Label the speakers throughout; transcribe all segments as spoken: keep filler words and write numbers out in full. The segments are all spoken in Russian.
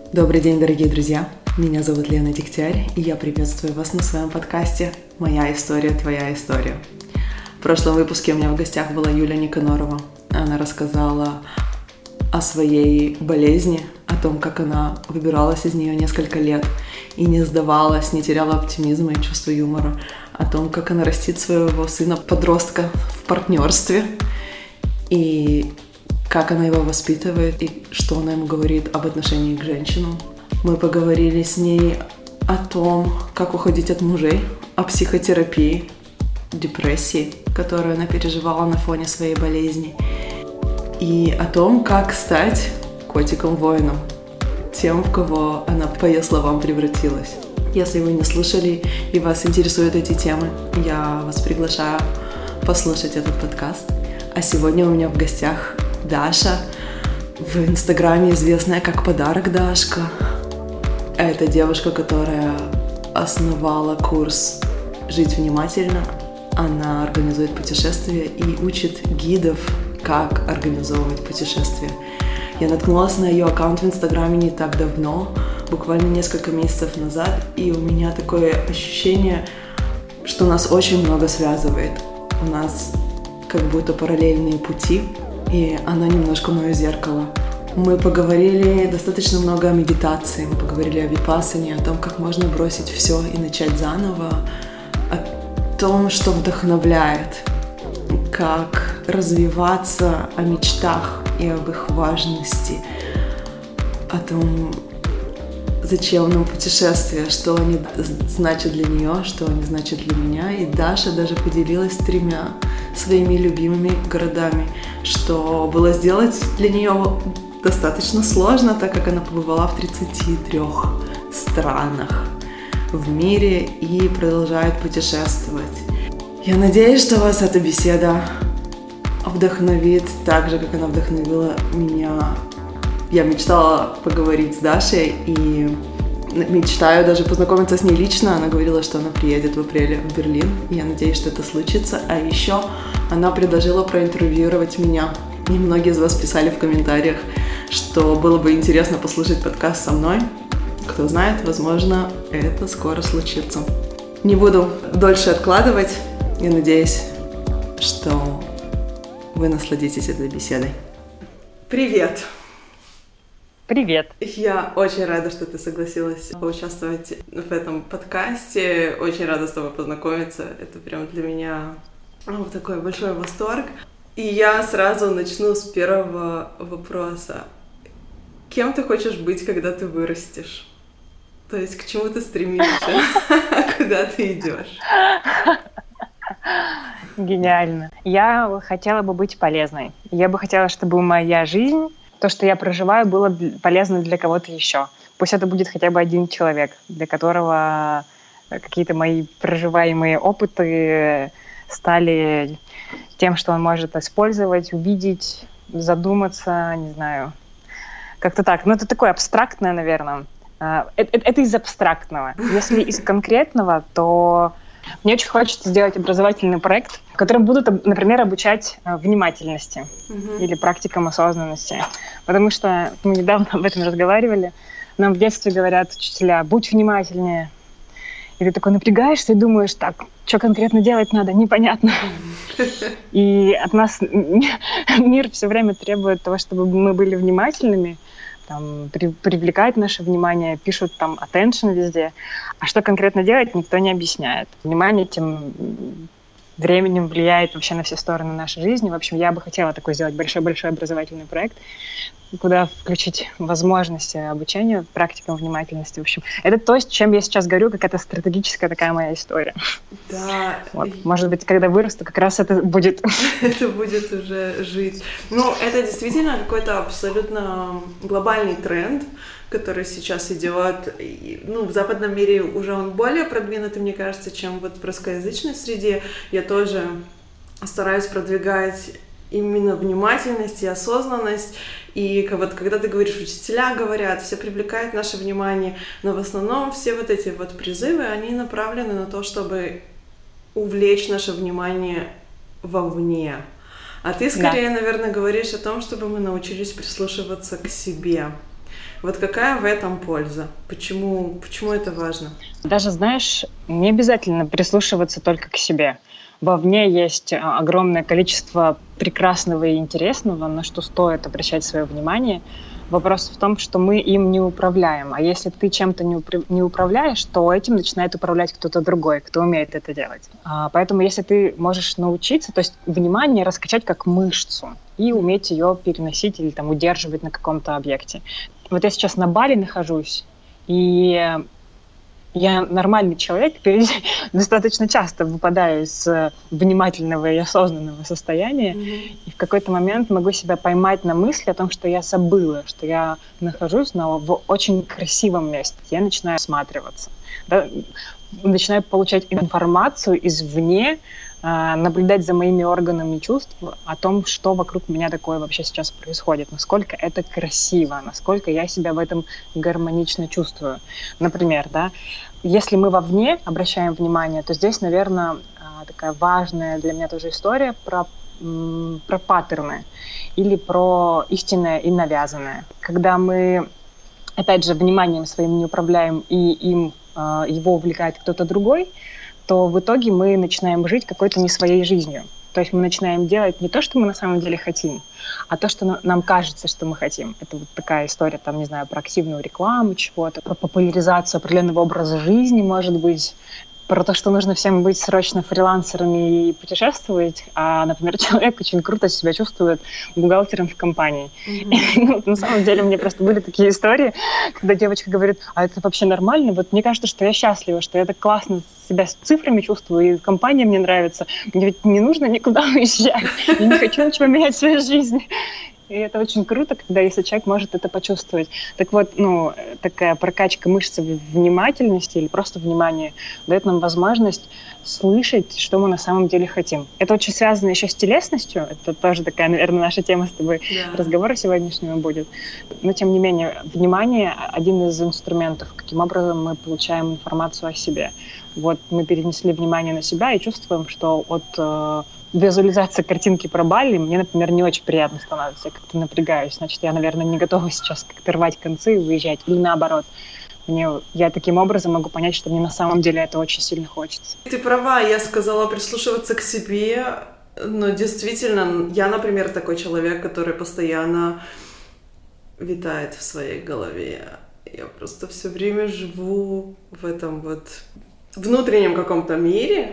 Speaker 1: Добрый день, дорогие друзья! Меня зовут Лена Дегтярь, и я приветствую вас на своем подкасте «Моя история, твоя история». В прошлом выпуске у меня в гостях была Юля Никонорова. Она рассказала о своей болезни, о том, как она выбиралась из нее несколько лет и не сдавалась, не теряла оптимизма и чувства юмора, о том, как она растит своего сына-подростка в партнерстве и как она его воспитывает и что она ему говорит об отношении к женщинам. Мы поговорили с ней о том, как уходить от мужей, о психотерапии, депрессии, которую она переживала на фоне своей болезни, и о том, как стать котиком-воином, тем, в кого она, по ее словам, превратилась. Если вы не слушали и вас интересуют эти темы, я вас приглашаю послушать этот подкаст. А сегодня у меня в гостях Даша, в Инстаграме известная как Подарок Дашка. Это девушка, которая основала курс «Жить внимательно». Она организует путешествия и учит гидов, как организовывать путешествия. Я наткнулась на ее аккаунт в Инстаграме не так давно, буквально несколько месяцев назад, и у меня такое ощущение, что нас очень много связывает. У нас как будто параллельные пути, и она немножко мое зеркало. Мы поговорили достаточно много о медитации, мы поговорили о випассане, о том, как можно бросить все и начать заново, о том, что вдохновляет, как развиваться, о мечтах и об их важности, о том, зачем нам путешествия, что они значат для нее, что они значат для меня. И Даша даже поделилась тремя своими любимыми городами, что было сделать для нее достаточно сложно, так как она побывала в тридцати трёх странах в мире и продолжает путешествовать. Я надеюсь, что вас эта беседа вдохновит так же, как она вдохновила меня. Я мечтала поговорить с Дашей и мечтаю даже познакомиться с ней лично. Она говорила, что она приедет в апреле в Берлин. И я надеюсь, что это случится. А еще она предложила проинтервьюировать меня. И многие из вас писали в комментариях, что было бы интересно послушать подкаст со мной. Кто знает, возможно, это скоро случится. Не буду дольше откладывать. Я надеюсь, что вы насладитесь этой беседой. Привет!
Speaker 2: Привет!
Speaker 1: Я очень рада, что ты согласилась поучаствовать в этом подкасте. Очень рада с тобой познакомиться. Это прям для меня вот такой большой восторг. И я сразу начну с первого вопроса. Кем ты хочешь быть, когда ты вырастешь? То есть к чему ты стремишься? Куда ты идешь?
Speaker 2: Гениально. Я хотела бы быть полезной. Я бы хотела, чтобы моя жизнь, то, что я проживаю, было полезно для кого-то еще. Пусть это будет хотя бы один человек, для которого какие-то мои проживаемые опыты стали тем, что он может использовать, увидеть, задуматься, не знаю. Как-то так. Ну, это такое абстрактное, наверное. Это, это из абстрактного. Если из конкретного, то мне очень хочется сделать образовательный проект, в котором будут, например, обучать внимательности uh-huh. или практикам осознанности. Потому что мы недавно об этом разговаривали. Нам в детстве говорят учителя: будь внимательнее. И ты такой напрягаешься и думаешь: так, что конкретно делать надо, непонятно. И от нас мир все время требует того, чтобы мы были внимательными, там, при, привлекает наше внимание, пишут там attention везде. А что конкретно делать, никто не объясняет. Внимание тем временем влияет вообще на все стороны нашей жизни. В общем, я бы хотела такой сделать большой-большой образовательный проект, куда включить возможности обучения практикам внимательности. В общем, это то, с чем я сейчас говорю, какая-то стратегическая такая моя история.
Speaker 1: Да.
Speaker 2: Вот. Может быть, когда вырасту, как раз это будет.
Speaker 1: Это будет уже жить. Ну, это действительно какой-то абсолютно глобальный тренд, который сейчас идет. Ну, в западном мире уже он более продвинутый, мне кажется, чем вот в русскоязычной среде. Я тоже стараюсь продвигать именно внимательность и осознанность. И вот когда ты говоришь, учителя говорят, все привлекают наше внимание, но в основном все вот эти вот призывы, они направлены на то, чтобы увлечь наше внимание вовне. А ты скорее, да. наверное, говоришь о том, чтобы мы научились прислушиваться к себе. Вот какая в этом польза? Почему, почему это важно?
Speaker 2: Даже, знаешь, не обязательно прислушиваться только к себе. Вовне есть огромное количество прекрасного и интересного, на что стоит обращать свое внимание. Вопрос в том, что мы им не управляем. А если ты чем-то не, упра- не управляешь, то этим начинает управлять кто-то другой, кто умеет это делать. А, поэтому если ты можешь научиться, то есть внимание раскачать как мышцу и уметь ее переносить или там, удерживать на каком-то объекте. Вот я сейчас на Бали нахожусь, и я нормальный человек, достаточно часто выпадаю из внимательного и осознанного состояния, mm-hmm. и в какой-то момент могу себя поймать на мысли о том, что я забыла, что я нахожусь на, в очень красивом месте. Я начинаю осматриваться, да, начинаю получать информацию извне, наблюдать за моими органами чувств о том, что вокруг меня такое вообще сейчас происходит, насколько это красиво, насколько я себя в этом гармонично чувствую. Например, да, если мы вовне обращаем внимание, то здесь, наверное, такая важная для меня тоже история про, про паттерны или про истинное и навязанное. Когда мы, опять же, вниманием своим не управляем и им его увлекает кто-то другой, то в итоге мы начинаем жить какой-то не своей жизнью. То есть мы начинаем делать не то, что мы на самом деле хотим, а то, что нам кажется, что мы хотим. Это вот такая история, там, не знаю, про активную рекламу чего-то, про популяризацию определенного образа жизни, может быть, про то, что нужно всем быть срочно фрилансерами и путешествовать, а, например, человек очень круто себя чувствует бухгалтером в компании. Mm-hmm. На самом деле, мне просто были такие истории, когда девочка говорит, а это вообще нормально? Вот мне кажется, что я счастлива, что я так классно себя с цифрами чувствую, и компания мне нравится. Мне ведь не нужно никуда уезжать. Я не хочу ничего менять в своей жизни. И это очень круто, когда если человек может это почувствовать. Так вот, ну, такая прокачка мышцы внимательности или просто внимания дает нам возможность слышать, что мы на самом деле хотим. Это очень связано еще с телесностью. Это тоже такая, наверное, наша тема с тобой yeah. разговора сегодняшнего будет. Но, тем не менее, внимание — один из инструментов, каким образом мы получаем информацию о себе. Вот мы перенесли внимание на себя и чувствуем, что от э, визуализации картинки про Бали мне, например, не очень приятно становится. Я как-то напрягаюсь. Значит, я, наверное, не готова сейчас как-то рвать концы и выезжать. Или наоборот. Мне, я таким образом могу понять, что мне на самом деле это очень сильно хочется.
Speaker 1: Ты права, я сказала прислушиваться к себе, но действительно, я, например, такой человек, который постоянно витает в своей голове. Я просто все время живу в этом вот внутреннем каком-то мире,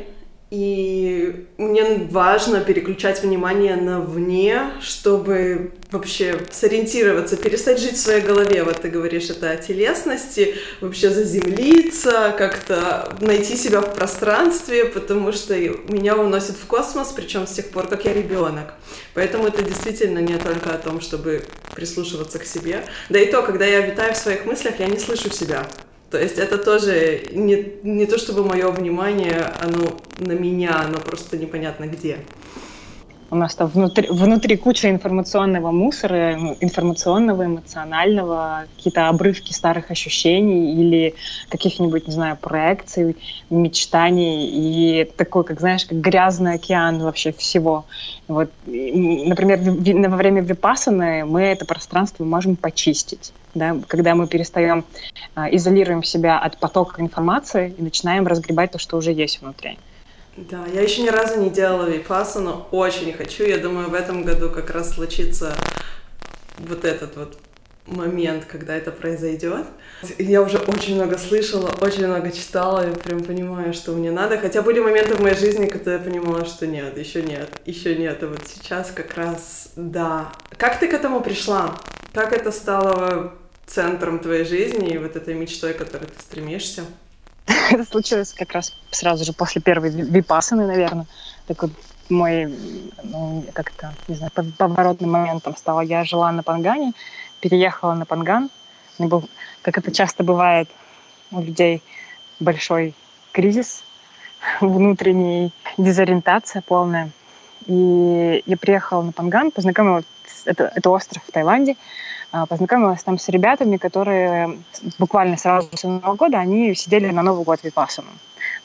Speaker 1: и мне важно переключать внимание на вне, чтобы вообще сориентироваться, перестать жить в своей голове. Вот ты говоришь, это о телесности, вообще заземлиться, как-то найти себя в пространстве, потому что меня уносит в космос, причем с тех пор, как я ребенок. Поэтому это действительно не только о том, чтобы прислушиваться к себе. Да и то, когда я витаю в своих мыслях, я не слышу себя. То есть это тоже не, не то, чтобы мое внимание, оно на меня, оно просто непонятно где.
Speaker 2: У нас там внутри, внутри куча информационного мусора, информационного, эмоционального, какие-то обрывки старых ощущений или каких-нибудь, не знаю, проекций, мечтаний. И такой, как знаешь, как грязный океан вообще всего. Вот, например, во время випассаны мы это пространство можем почистить. Да, когда мы перестаем, изолируем себя от потока информации и начинаем разгребать то, что уже есть внутри.
Speaker 1: Да, я еще ни разу не делала випассану, очень хочу. Я думаю, в этом году как раз случится вот этот вот момент, когда это произойдет. Я уже очень много слышала, очень много читала, я прям понимаю, что мне надо. Хотя были моменты в моей жизни, когда я понимала, что нет, еще нет, еще нет. И вот сейчас как раз да. Как ты к этому пришла? Как это стало центром твоей жизни и вот этой мечтой, к которой ты стремишься?
Speaker 2: Это случилось как раз сразу же после первой випассаны, наверное. Такой мой, ну, как-то, не знаю, поворотным моментом стало. Я жила на Пангане, переехала на Панган. У меня был, как это часто бывает у людей, большой кризис, внутренняя дезориентация полная. И я приехала на Панган, познакомилась, это, это остров в Таиланде, познакомилась там с ребятами, которые буквально сразу после Нового года, они сидели на Новый год випассану.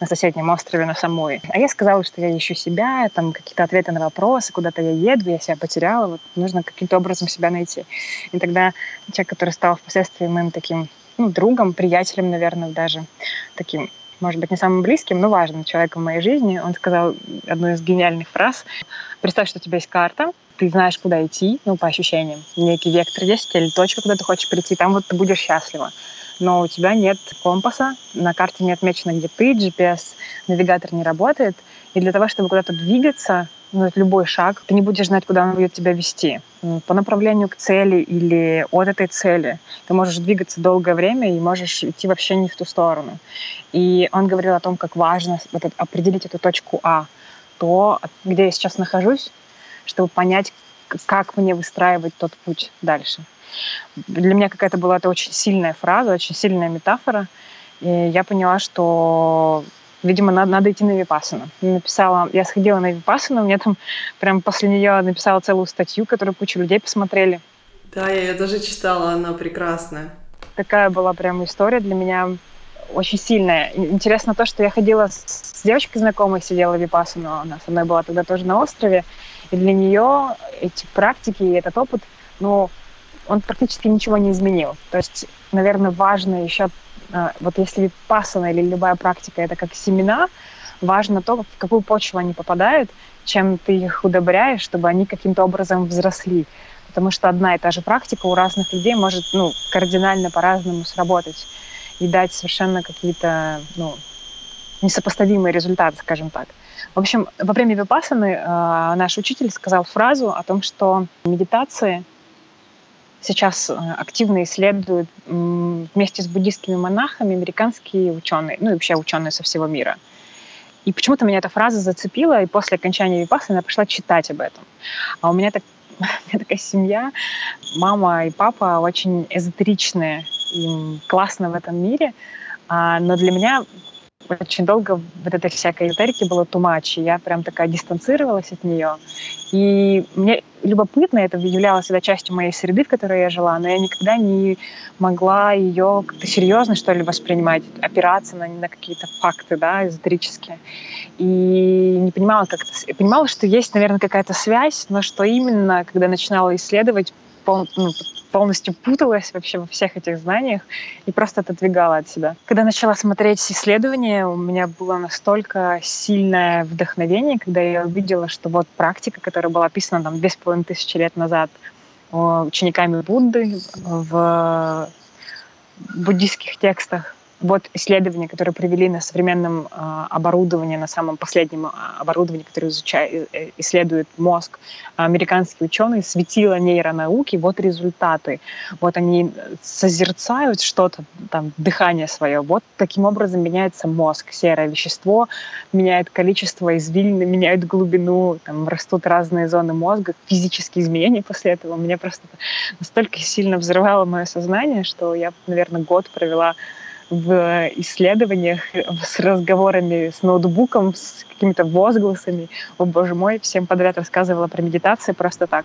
Speaker 2: на соседнем острове на Самуи. А я сказала, что я ищу себя, там какие-то ответы на вопросы, куда-то я еду, я себя потеряла, вот нужно каким-то образом себя найти. И тогда человек, который стал впоследствии моим таким, ну, другом, приятелем, наверное, даже таким, может быть, не самым близким, но важным человеком в моей жизни, он сказал одну из гениальных фраз: представь, что у тебя есть карта, ты знаешь, куда идти, ну, по ощущениям. Некий вектор есть или точка, куда ты хочешь прийти, там вот ты будешь счастлива. Но у тебя нет компаса, на карте не отмечено, где ты, джи пи эс-навигатор не работает. И для того, чтобы куда-то двигаться, ну, это любой шаг, ты не будешь знать, куда он будет тебя вести. По направлению к цели или от этой цели. Ты можешь двигаться долгое время и можешь идти вообще не в ту сторону. И он говорил о том, как важно вот это, определить эту точку А, то, где я сейчас нахожусь, чтобы понять, как мне выстраивать тот путь дальше. Для меня какая-то была это очень сильная фраза, очень сильная метафора. И я поняла, что, видимо, надо, надо идти на випассану. Написала, я сходила на випассану, мне там прям после нее написала целую статью, которую куча людей посмотрели.
Speaker 1: Да, я ее даже читала, она прекрасная.
Speaker 2: Такая была прям история для меня очень сильная. Интересно то, что я ходила с, с девочкой знакомой, сидела в випассану, она со мной была тогда тоже на острове, и для нее эти практики и этот опыт, ну, он практически ничего не изменил. То есть, наверное, важно еще, вот если випассана или любая практика — это как семена, важно то, в какую почву они попадают, чем ты их удобряешь, чтобы они каким-то образом взросли. Потому что одна и та же практика у разных людей может, ну, кардинально по-разному сработать и дать совершенно какие-то, ну, несопоставимые результаты, скажем так. В общем, во время випассаны э, наш учитель сказал фразу о том, что медитации сейчас активно исследуют м, вместе с буддийскими монахами американские ученые, ну и вообще ученые со всего мира. И почему-то меня эта фраза зацепила, и после окончания випассаны я пошла читать об этом. А у меня, так, у меня такая семья, мама и папа очень эзотеричные, им классно в этом мире, а, но для меня очень долго вот этой всякой эзотерики было too much, и я прям такая дистанцировалась от нее. И мне любопытно, это являлось всегда частью моей среды, в которой я жила, но я никогда не могла ее как-то серьезно, что ли, воспринимать, опираться на, на какие-то факты, да, эзотерические. И не понимала, как это... Я понимала, что есть, наверное, какая-то связь, но что именно, когда начинала исследовать, пол, ну, полностью путалась вообще во всех этих знаниях и просто отодвигала от себя. Когда начала смотреть исследования, у меня было настолько сильное вдохновение, когда я увидела, что вот практика, которая была описана там две с половиной тысячи лет назад учениками Будды в буддийских текстах, вот исследования, которые привели на современном э, оборудовании, на самом последнем э, оборудовании, которое изучает, э, исследует мозг, американские ученые, светило нейронауки, вот результаты. Вот они созерцают что-то, там, дыхание свое. Вот таким образом меняется мозг. Серое вещество меняет количество извилин, меняет глубину, там, растут разные зоны мозга, физические изменения после этого. Меня просто настолько сильно взрывало мое сознание, что я, наверное, год провела в исследованиях с разговорами с ноутбуком, с какими-то возгласами. О, боже мой, всем подряд рассказывала про медитации просто так.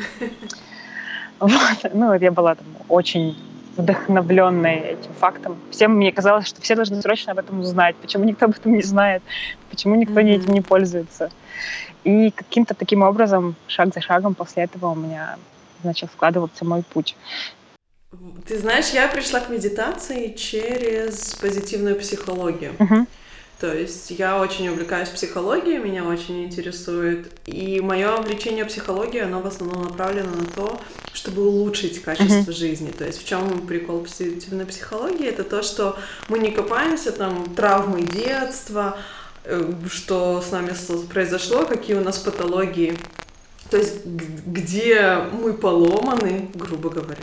Speaker 2: Вот. Ну, я была там очень вдохновленная этим фактом. Всем мне казалось, что все должны срочно об этом узнать. Почему никто об этом не знает? Почему никто mm-hmm. этим не пользуется? И каким-то таким образом, шаг за шагом после этого у меня начал складываться мой путь.
Speaker 1: Ты знаешь, я пришла к медитации через позитивную психологию.
Speaker 2: Uh-huh.
Speaker 1: То есть я очень увлекаюсь психологией, меня очень интересует. И мое увлечение психологией, оно в основном направлено на то, чтобы улучшить качество uh-huh. жизни. То есть в чем прикол позитивной психологии? Это то, что мы не копаемся там травмы детства, что с нами произошло, какие у нас патологии. То есть где мы поломаны, грубо говоря.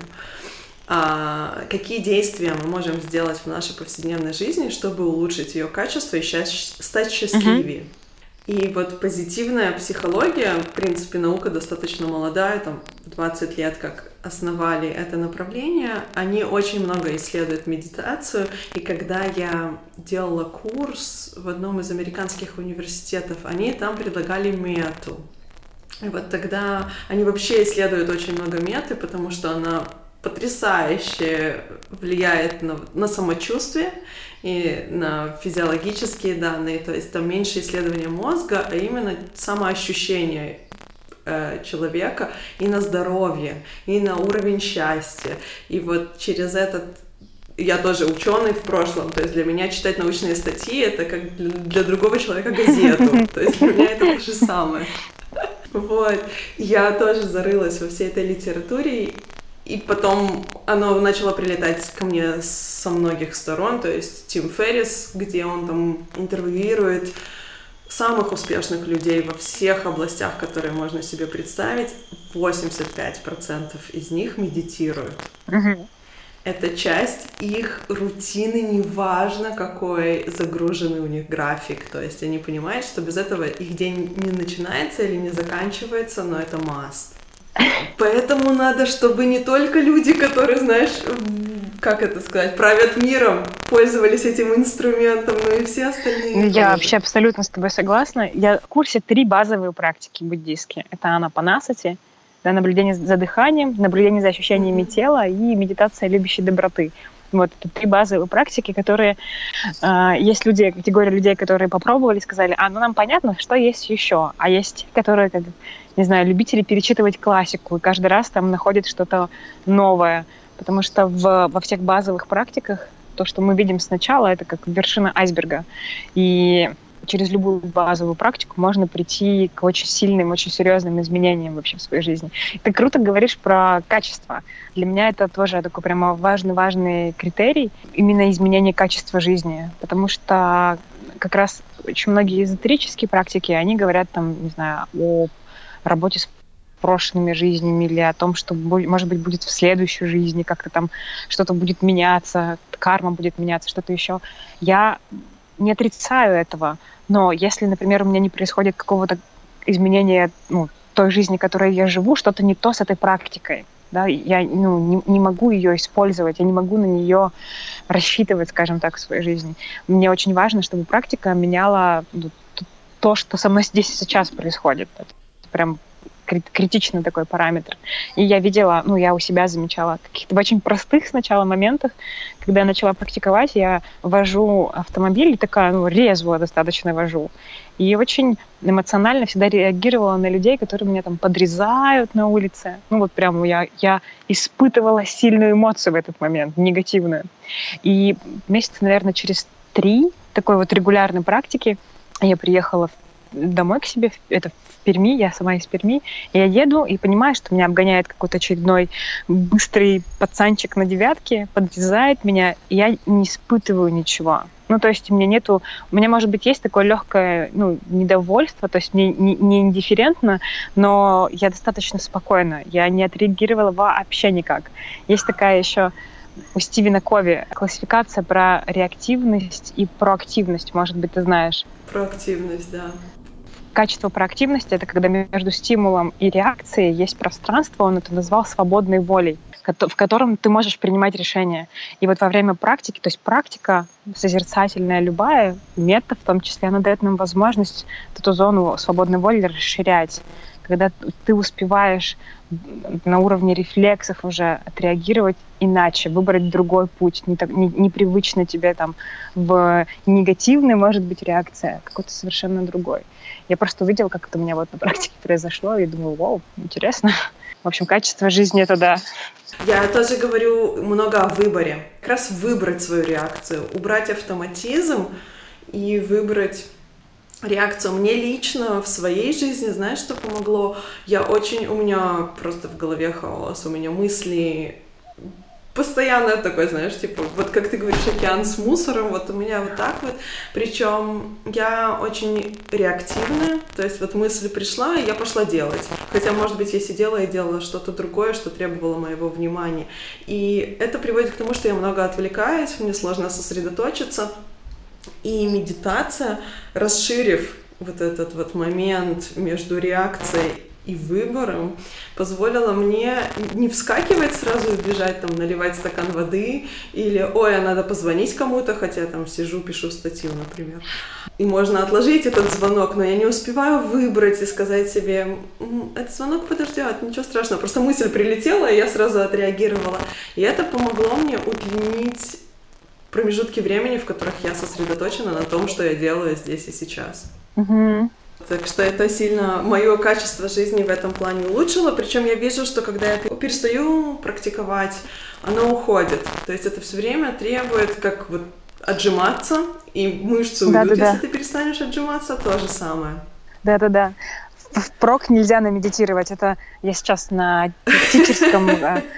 Speaker 1: А какие действия мы можем сделать в нашей повседневной жизни, чтобы улучшить ее качество и стать счастливее. Uh-huh. И вот позитивная психология, в принципе, наука достаточно молодая, там двадцать лет как основали это направление, они очень много исследуют медитацию, и когда я делала курс в одном из американских университетов, они там предлагали мету. И вот тогда они вообще исследуют очень много меты, потому что она потрясающе влияет на, на самочувствие и на физиологические данные, то есть там меньше исследования мозга, а именно самоощущение э, человека и на здоровье, и на уровень счастья. И вот через этот... Я тоже ученый в прошлом, то есть для меня читать научные статьи — это как для, для другого человека газету, то есть для меня это то же самое. Вот, я тоже зарылась во всей этой литературе, и потом оно начало прилетать ко мне со многих сторон, то есть Тим Феррис, где он там интервьюирует самых успешных людей во всех областях, которые можно себе представить, восемьдесят пять процентов из них медитируют. Uh-huh. Это часть их рутины, неважно, какой загруженный у них график. То есть они понимают, что без этого их день не начинается или не заканчивается, но это must. Поэтому надо, чтобы не только люди, которые, знаешь, как это сказать, правят миром, пользовались этим инструментом, но и все остальные.
Speaker 2: Я тоже. Вообще абсолютно с тобой согласна. Я в курсе три базовые практики буддийские. Это анапанасати, да, наблюдение за дыханием, наблюдение за ощущениями mm-hmm. тела и медитация любящей доброты. Вот это три базовые практики, которые... Э, есть люди, категория людей, которые попробовали, сказали, а, ну нам понятно, что есть еще. А есть, которые, как, не знаю, любители перечитывать классику и каждый раз там находят что-то новое. Потому что в, во всех базовых практиках то, что мы видим сначала, это как вершина айсберга. И через любую базовую практику можно прийти к очень сильным, очень серьезным изменениям вообще в своей жизни. Ты круто говоришь про качество. Для меня это тоже такой прямо важный-важный критерий, именно изменение качества жизни. Потому что как раз очень многие эзотерические практики, они говорят там, не знаю, о работе с прошлыми жизнями или о том, что, может быть, будет в следующей жизни, как-то там что-то будет меняться, карма будет меняться, что-то еще. Я не отрицаю этого, но если, например, у меня не происходит какого-то изменения, ну, той жизни, которой я живу, что-то не то с этой практикой, да, я ну, не, не могу ее использовать, я не могу на нее рассчитывать, скажем так, в своей жизни. Мне очень важно, чтобы практика меняла ну, то, что со мной здесь и сейчас происходит. Это прям критичный такой параметр. И я видела, ну, я у себя замечала каких-то в очень простых сначала моментах, когда я начала практиковать, я вожу автомобиль, и такая, ну, резво достаточно вожу. И очень эмоционально всегда реагировала на людей, которые меня там подрезают на улице. Ну, вот прям я, я испытывала сильную эмоцию в этот момент, негативную. И месяца, наверное, через три такой вот регулярной практики я приехала домой к себе, это в Перми, я сама из Перми, и я еду и понимаю, что меня обгоняет какой-то очередной быстрый пацанчик на девятке, подрезает меня, и я не испытываю ничего. Ну, то есть у меня нету, у меня, может быть, есть такое легкое, ну, недовольство, то есть мне не, не индифферентно, но я достаточно спокойна, я не отреагировала вообще никак. Есть такая еще у Стивена Кови классификация про реактивность и проактивность, может быть, ты знаешь.
Speaker 1: Проактивность, да.
Speaker 2: Качество проактивности — это когда между стимулом и реакцией есть пространство, он это назвал свободной волей, в котором ты можешь принимать решения. И вот во время практики, то есть практика созерцательная любая, мета в том числе, она дает нам возможность эту зону свободной воли расширять. Когда ты успеваешь на уровне рефлексов уже отреагировать иначе, выбрать другой путь, не так, не, непривычно тебе там в негативной, может быть, реакция, какой-то совершенно другой. Я просто увидела, как это у меня вот на практике произошло, и думаю, вау, интересно. В общем, качество жизни — это да.
Speaker 1: Я тоже говорю много о выборе. Как раз выбрать свою реакцию, убрать автоматизм и выбрать реакцию. Мне лично в своей жизни, знаешь, что помогло? Я очень... У меня просто в голове хаос, у меня мысли... Постоянно такой, знаешь, типа, вот как ты говоришь, океан с мусором, вот у меня вот так вот. Причем я очень реактивная, то есть вот мысль пришла, и я пошла делать. Хотя, может быть, я сидела и делала что-то другое, что требовало моего внимания. И это приводит к тому, что я много отвлекаюсь, мне сложно сосредоточиться. И медитация, расширив вот этот вот момент между реакцией и выбором позволило мне не вскакивать сразу и бежать, там, наливать стакан воды, или, ой, а надо позвонить кому-то, хотя там сижу, пишу статью, например. И можно отложить этот звонок, но я не успеваю выбрать и сказать себе, этот звонок подождет, ничего страшного. Просто мысль прилетела, и я сразу отреагировала. И это помогло мне удлинить промежутки времени, в которых я сосредоточена на том, что я делаю здесь и сейчас.
Speaker 2: Mm-hmm.
Speaker 1: Так что это сильно мое качество жизни в этом плане улучшило. Причем я вижу, что когда я перестаю практиковать, оно уходит. То есть это все время требует как вот отжиматься, и мышцы уйдут,
Speaker 2: Да-да-да.
Speaker 1: если ты перестанешь отжиматься, то же самое.
Speaker 2: Да-да-да. Впрок нельзя намедитировать. Это я сейчас на тичерском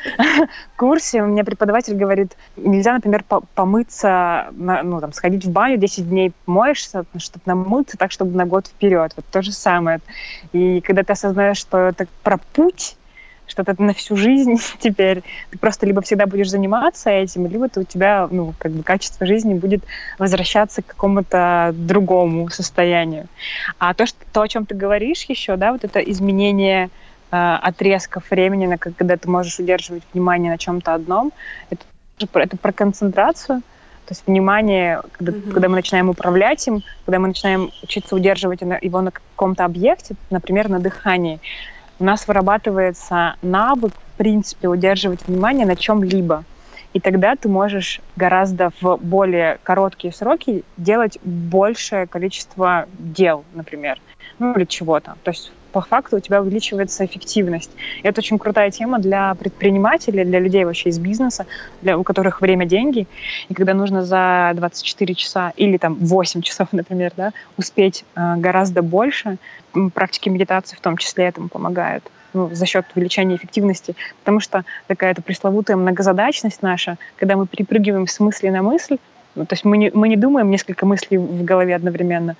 Speaker 2: курсе. У меня преподаватель говорит, нельзя, например, помыться, ну, там, сходить в баню, десять дней моешься, чтобы намыться так, чтобы на год вперед. Вот то же самое. И когда ты осознаешь, что это про путь, что это на всю жизнь теперь, ты просто либо всегда будешь заниматься этим, либо ты, у тебя, ну, как бы качество жизни будет возвращаться к какому-то другому состоянию. А то, что, то о чем ты говоришь еще, да, вот это изменение э, отрезков времени, на, когда ты можешь удерживать внимание на чем-то одном, это, это про концентрацию. То есть внимание, когда, mm-hmm. когда мы начинаем управлять им, когда мы начинаем учиться удерживать его на каком-то объекте, например, на дыхании, у нас вырабатывается навык, в принципе, удерживать внимание на чем-либо. И тогда ты можешь гораздо в более короткие сроки делать большее количество дел, например, ну или чего-то. То есть по факту у тебя увеличивается эффективность. И это очень крутая тема для предпринимателей, для людей вообще из бизнеса, для, у которых время — деньги. И когда нужно за двадцать четыре часа или там восемь часов, например, да, успеть э, гораздо больше, практики медитации в том числе этому помогают. Ну, за счет увеличения эффективности. Потому что такая-то пресловутая многозадачность наша, когда мы перепрыгиваем с мысли на мысль, ну, то есть мы не, мы не думаем несколько мыслей в голове одновременно,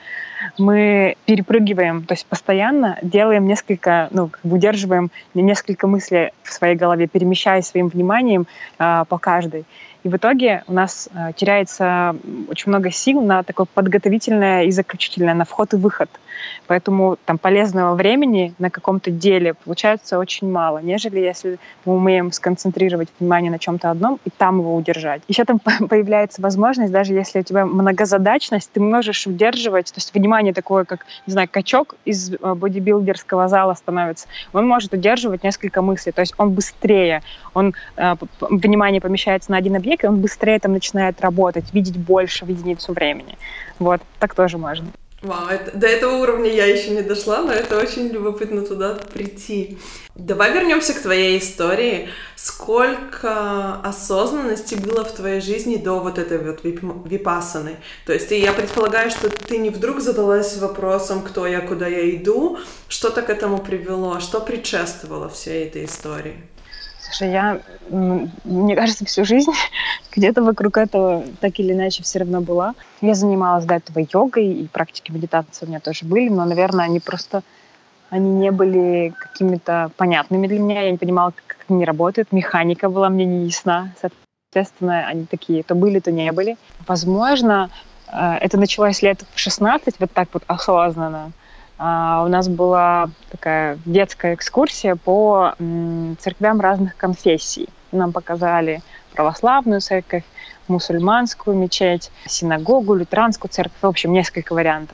Speaker 2: мы перепрыгиваем, то есть постоянно делаем несколько, ну, как бы удерживаем несколько мыслей в своей голове, перемещая своим вниманием э, по каждой. И в итоге у нас э, теряется очень много сил на такое подготовительное и заключительное, на вход и выход. Поэтому там полезного времени на каком-то деле получается очень мало, нежели если мы умеем сконцентрировать внимание на чем-то одном и там его удержать. Еще там появляется возможность, даже если у тебя многозадачность, ты можешь удерживать, то есть внимание такое, как, не знаю, качок из бодибилдерского зала становится, он может удерживать несколько мыслей, то есть он быстрее, он, э, внимание помещается на один объект, и он быстрее там начинает работать, видеть больше в единицу времени. Вот, так тоже можно.
Speaker 1: Вау, это, до этого уровня я еще не дошла, но это очень любопытно туда прийти. Давай вернемся к твоей истории. Сколько осознанности было в твоей жизни до вот этой вот випассаны? То есть я предполагаю, что ты не вдруг задалась вопросом, кто я, куда я иду, что-то к этому привело, что предшествовало всей этой истории?
Speaker 2: Слушай, я, мне кажется, всю жизнь где-то вокруг этого так или иначе все равно была. Я занималась до этого йогой, и практики медитации у меня тоже были, но, наверное, они просто, они не были какими-то понятными для меня. Я не понимала, как они работают. Механика была мне не ясна. Соответственно, они такие то были, то не были. Возможно, это началось лет в шестнадцать, вот так вот осознанно. Uh, у нас была такая детская экскурсия по м, церквям разных конфессий. Нам показали православную церковь, мусульманскую мечеть, синагогу, лютеранскую церковь, в общем, несколько вариантов.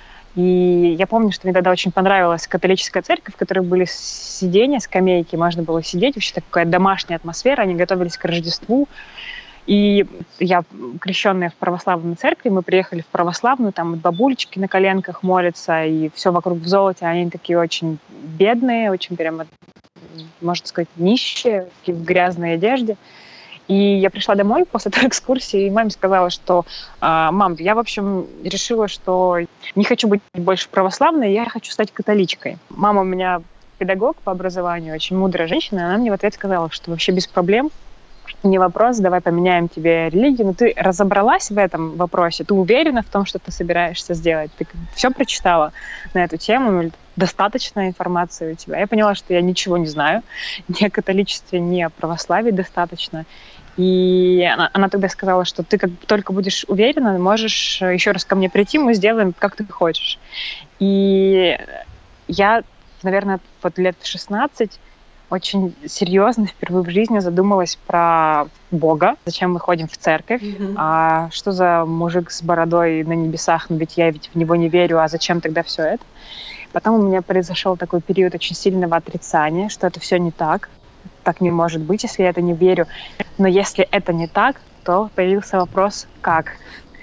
Speaker 2: И я помню, что мне тогда очень понравилась католическая церковь, в которой были сиденья, скамейки, можно было сидеть, вообще такая домашняя атмосфера, они готовились к Рождеству. И я, крещенная в православной церкви, мы приехали в православную, там бабулечки на коленках молятся, и все вокруг в золоте, они такие очень бедные, очень прямо, можно сказать, нищие, в грязной одежде. И я пришла домой после той экскурсии, и маме сказала, что «Мам, я, в общем, решила, что не хочу быть больше православной, я хочу стать католичкой». Мама у меня педагог по образованию, очень мудрая женщина, она мне в ответ сказала, что вообще без проблем, не вопрос, давай поменяем тебе религию, но ты разобралась в этом вопросе, ты уверена в том, что ты собираешься сделать, ты все прочитала на эту тему, достаточно информации у тебя. Я поняла, что я ничего не знаю, ни о католичестве, ни о православии достаточно. И она, она тогда сказала, что ты как только будешь уверена, можешь еще раз ко мне прийти, мы сделаем, как ты хочешь. И я наверное, вот лет в шестнадцать очень серьезно впервые в жизни задумалась про Бога. Зачем мы ходим в церковь? Mm-hmm. А что за мужик с бородой на небесах? Ну ведь я ведь в него не верю, а зачем тогда все это? Потом у меня произошел такой период очень сильного отрицания, что это все не так. Так не может быть, если я это не верю. Но если это не так, то появился вопрос «как?».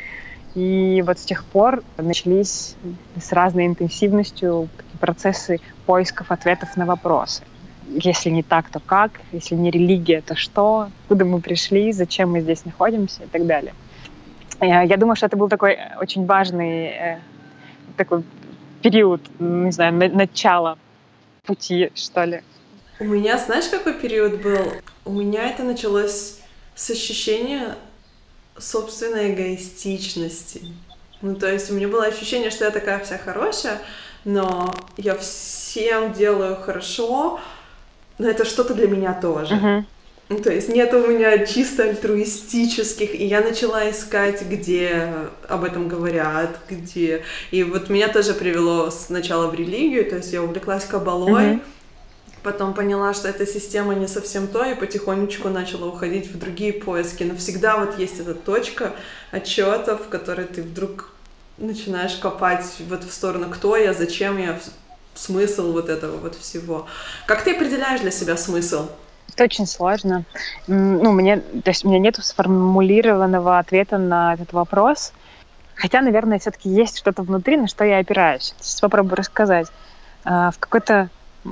Speaker 2: И вот с тех пор начались с разной интенсивностью процессы поисков ответов на вопросы. Если не так, то как? Если не религия, то что? Откуда мы пришли? Зачем мы здесь находимся? И так далее. Я думаю, что это был такой очень важный такой период, не знаю, начало пути, что ли.
Speaker 1: У меня, знаешь, какой период был? У меня это началось с ощущения собственной эгоистичности. Ну, то есть у меня было ощущение, что я такая вся хорошая, но я всем делаю хорошо, но это что-то для меня тоже. Uh-huh. Ну, то есть нет у меня чисто альтруистических, и я начала искать, где об этом говорят, где... И вот меня тоже привело сначала в религию, то есть я увлеклась каббалой, uh-huh. Потом поняла, что эта система не совсем то, и потихонечку начала уходить в другие поиски. Но всегда вот есть эта точка отчета, в которой ты вдруг начинаешь копать вот в сторону «кто я?», «зачем я?», смысл вот этого вот всего. Как ты определяешь для себя смысл?
Speaker 2: Это очень сложно. Ну, мне, то есть у меня нет сформулированного ответа на этот вопрос. Хотя, наверное, все-таки есть что-то внутри, на что я опираюсь. Сейчас попробую рассказать. В какой-то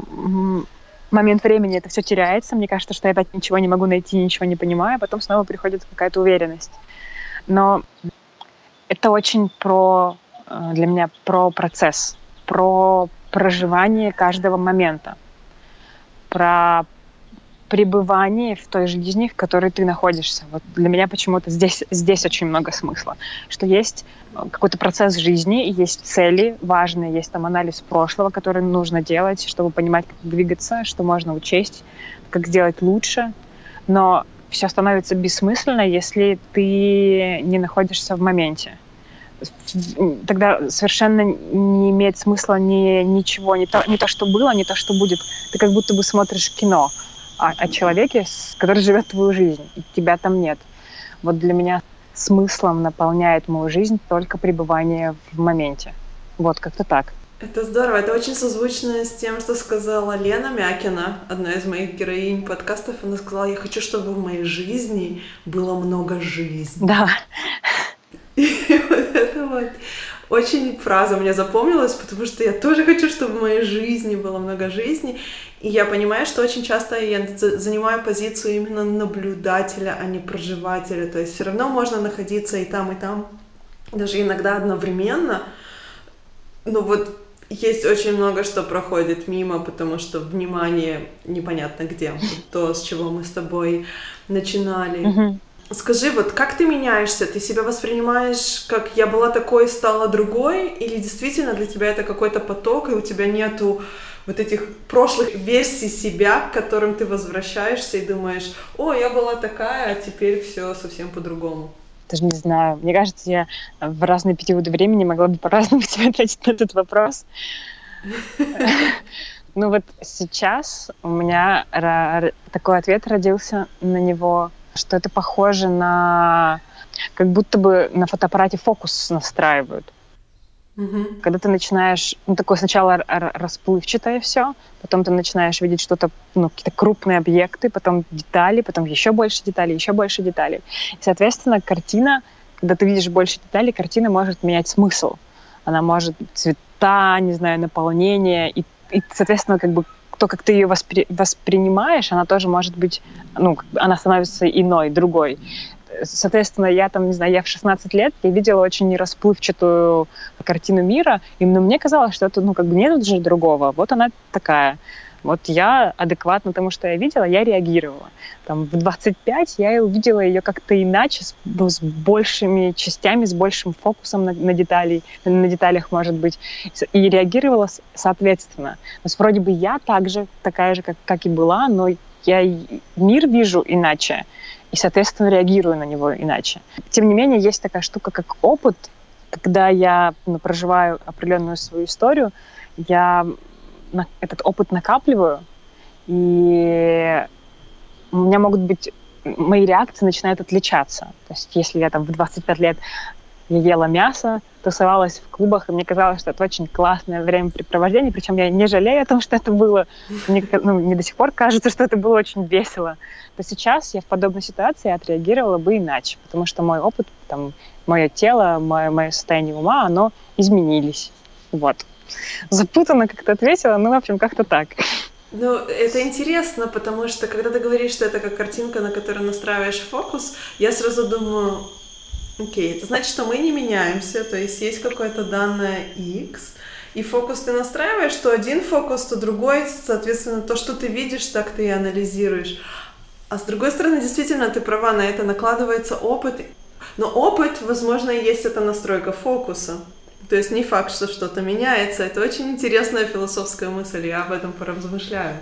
Speaker 2: момент времени это все теряется. Мне кажется, что я опять ничего не могу найти, ничего не понимаю, а потом снова приходит какая-то уверенность. Но это очень про, для меня про процесс, про проживание каждого момента, про пребывание в той жизни, в которой ты находишься. Вот для меня почему-то здесь, здесь очень много смысла, что есть какой-то процесс жизни, есть цели важные, есть там анализ прошлого, который нужно делать, чтобы понимать, как двигаться, что можно учесть, как сделать лучше. Но все становится бессмысленно, если ты не находишься в моменте. Тогда совершенно не имеет смысла ни, ничего, не то, не то, что было, не то, что будет. Ты как будто бы смотришь кино о, о человеке, который живет твою жизнь, и тебя там нет. Вот для меня смыслом наполняет мою жизнь только пребывание в моменте. Вот, как-то так.
Speaker 1: Это здорово. Это очень созвучно с тем, что сказала Лена Мякина, одна из моих героинь подкастов. Она сказала: я хочу, чтобы в моей жизни было много жизни.
Speaker 2: Да.
Speaker 1: И вот это вот очень фраза мне запомнилась, потому что я тоже хочу, чтобы в моей жизни было много жизни. И я понимаю, что очень часто я занимаю позицию именно наблюдателя, а не проживателя. То есть все равно можно находиться и там, и там, даже иногда одновременно. Но вот есть очень много, что проходит мимо, потому что внимание непонятно где. То, с чего мы с тобой начинали. Mm-hmm. Скажи, вот как ты меняешься? Ты себя воспринимаешь, как я была такой, стала другой? Или действительно для тебя это какой-то поток, и у тебя нету вот этих прошлых версий себя, к которым ты возвращаешься и думаешь: о, я была такая, а теперь все совсем по-другому?
Speaker 2: Даже не знаю. Мне кажется, я в разные периоды времени могла бы по-разному тебе ответить на этот вопрос. Ну вот сейчас у меня такой ответ родился на него, что это похоже на... как будто бы на фотоаппарате фокус настраивают. Mm-hmm. Когда ты начинаешь... Ну, такое сначала расплывчатое все, потом ты начинаешь видеть что-то, ну, какие-то крупные объекты, потом детали, потом еще больше деталей, еще больше деталей. И, соответственно, картина, когда ты видишь больше деталей, картина может менять смысл. Она может цвета, не знаю, наполнение, и, и соответственно, как бы то, как ты ее воспри- воспринимаешь, она тоже может быть, ну, она становится иной, другой. Соответственно, я там, не знаю, я в шестнадцать лет, я видела очень расплывчатую картину мира, и ну, мне казалось, что это, ну, как бы нет же другого, вот она такая. Вот я адекватно тому, что я видела, я реагировала. Там, в двадцать пять я увидела ее как-то иначе, с, ну, с большими частями, с большим фокусом на, на, деталей, на деталях, может быть, и реагировала соответственно. То есть вроде бы я также, такая же, как, как и была, но я мир вижу иначе, и, соответственно, реагирую на него иначе. Тем не менее, есть такая штука, как опыт. Когда я, ну, проживаю определенную свою историю, я на, этот опыт накапливаю, и у меня могут быть... Мои реакции начинают отличаться. То есть если я там в двадцать пять лет я ела мясо, тусовалась в клубах, и мне казалось, что это очень классное времяпрепровождение, причем я не жалею о том, что это было. Мне, ну, мне до сих пор кажется, что это было очень весело. То сейчас я в подобной ситуации отреагировала бы иначе, потому что мой опыт, там, мое тело, мое, мое состояние ума, оно изменились. Вот. Запутанно как-то ответила, ну, в общем, как-то так.
Speaker 1: Ну, это интересно, потому что, когда ты говоришь, что это как картинка, на которую настраиваешь фокус, я сразу думаю... Окей, это значит, что мы не меняемся, то есть есть какое-то данное X, и фокус ты настраиваешь, то один фокус, то другой, соответственно, то, что ты видишь, так ты и анализируешь. А с другой стороны, действительно, ты права, на это накладывается опыт, но опыт, возможно, и есть эта настройка фокуса. То есть не факт, что что-то меняется. Это очень интересная философская мысль, я об этом поразмышляю.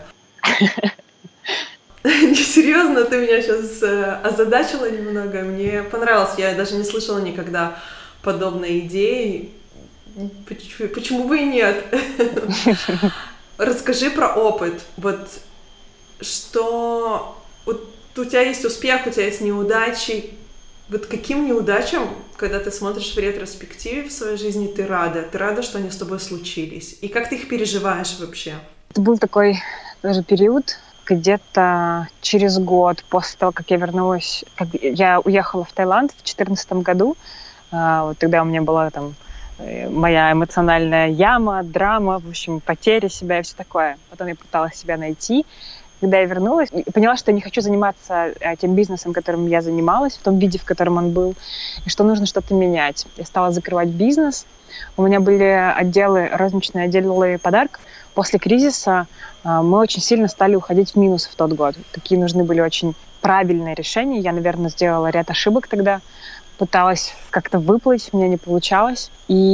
Speaker 1: Серьезно, ты меня сейчас э, озадачила немного. Мне понравилось. Я даже не слышала никогда подобной идеи. Почему, почему бы и нет? Расскажи про опыт. Вот что... Вот у тебя есть успех, у тебя есть неудачи. Вот каким неудачам, когда ты смотришь в ретроспективе в своей жизни, ты рада? Ты рада, что они с тобой случились? И как ты их переживаешь вообще?
Speaker 2: Это был такой даже период, где-то через год после того, как я вернулась, как я уехала в Таиланд в две тысячи четырнадцатом году, вот тогда у меня была там моя эмоциональная яма, драма, в общем, потеря себя и все такое. Потом я пыталась себя найти. Когда я вернулась, поняла, что я не хочу заниматься тем бизнесом, которым я занималась, в том виде, в котором он был, и что нужно что-то менять. Я стала закрывать бизнес. У меня были отделы, розничные отделы подарков. После кризиса мы очень сильно стали уходить в минус в тот год. Такие нужны были очень правильные решения. Я, наверное, сделала ряд ошибок тогда. Пыталась как-то выплыть, у меня не получалось.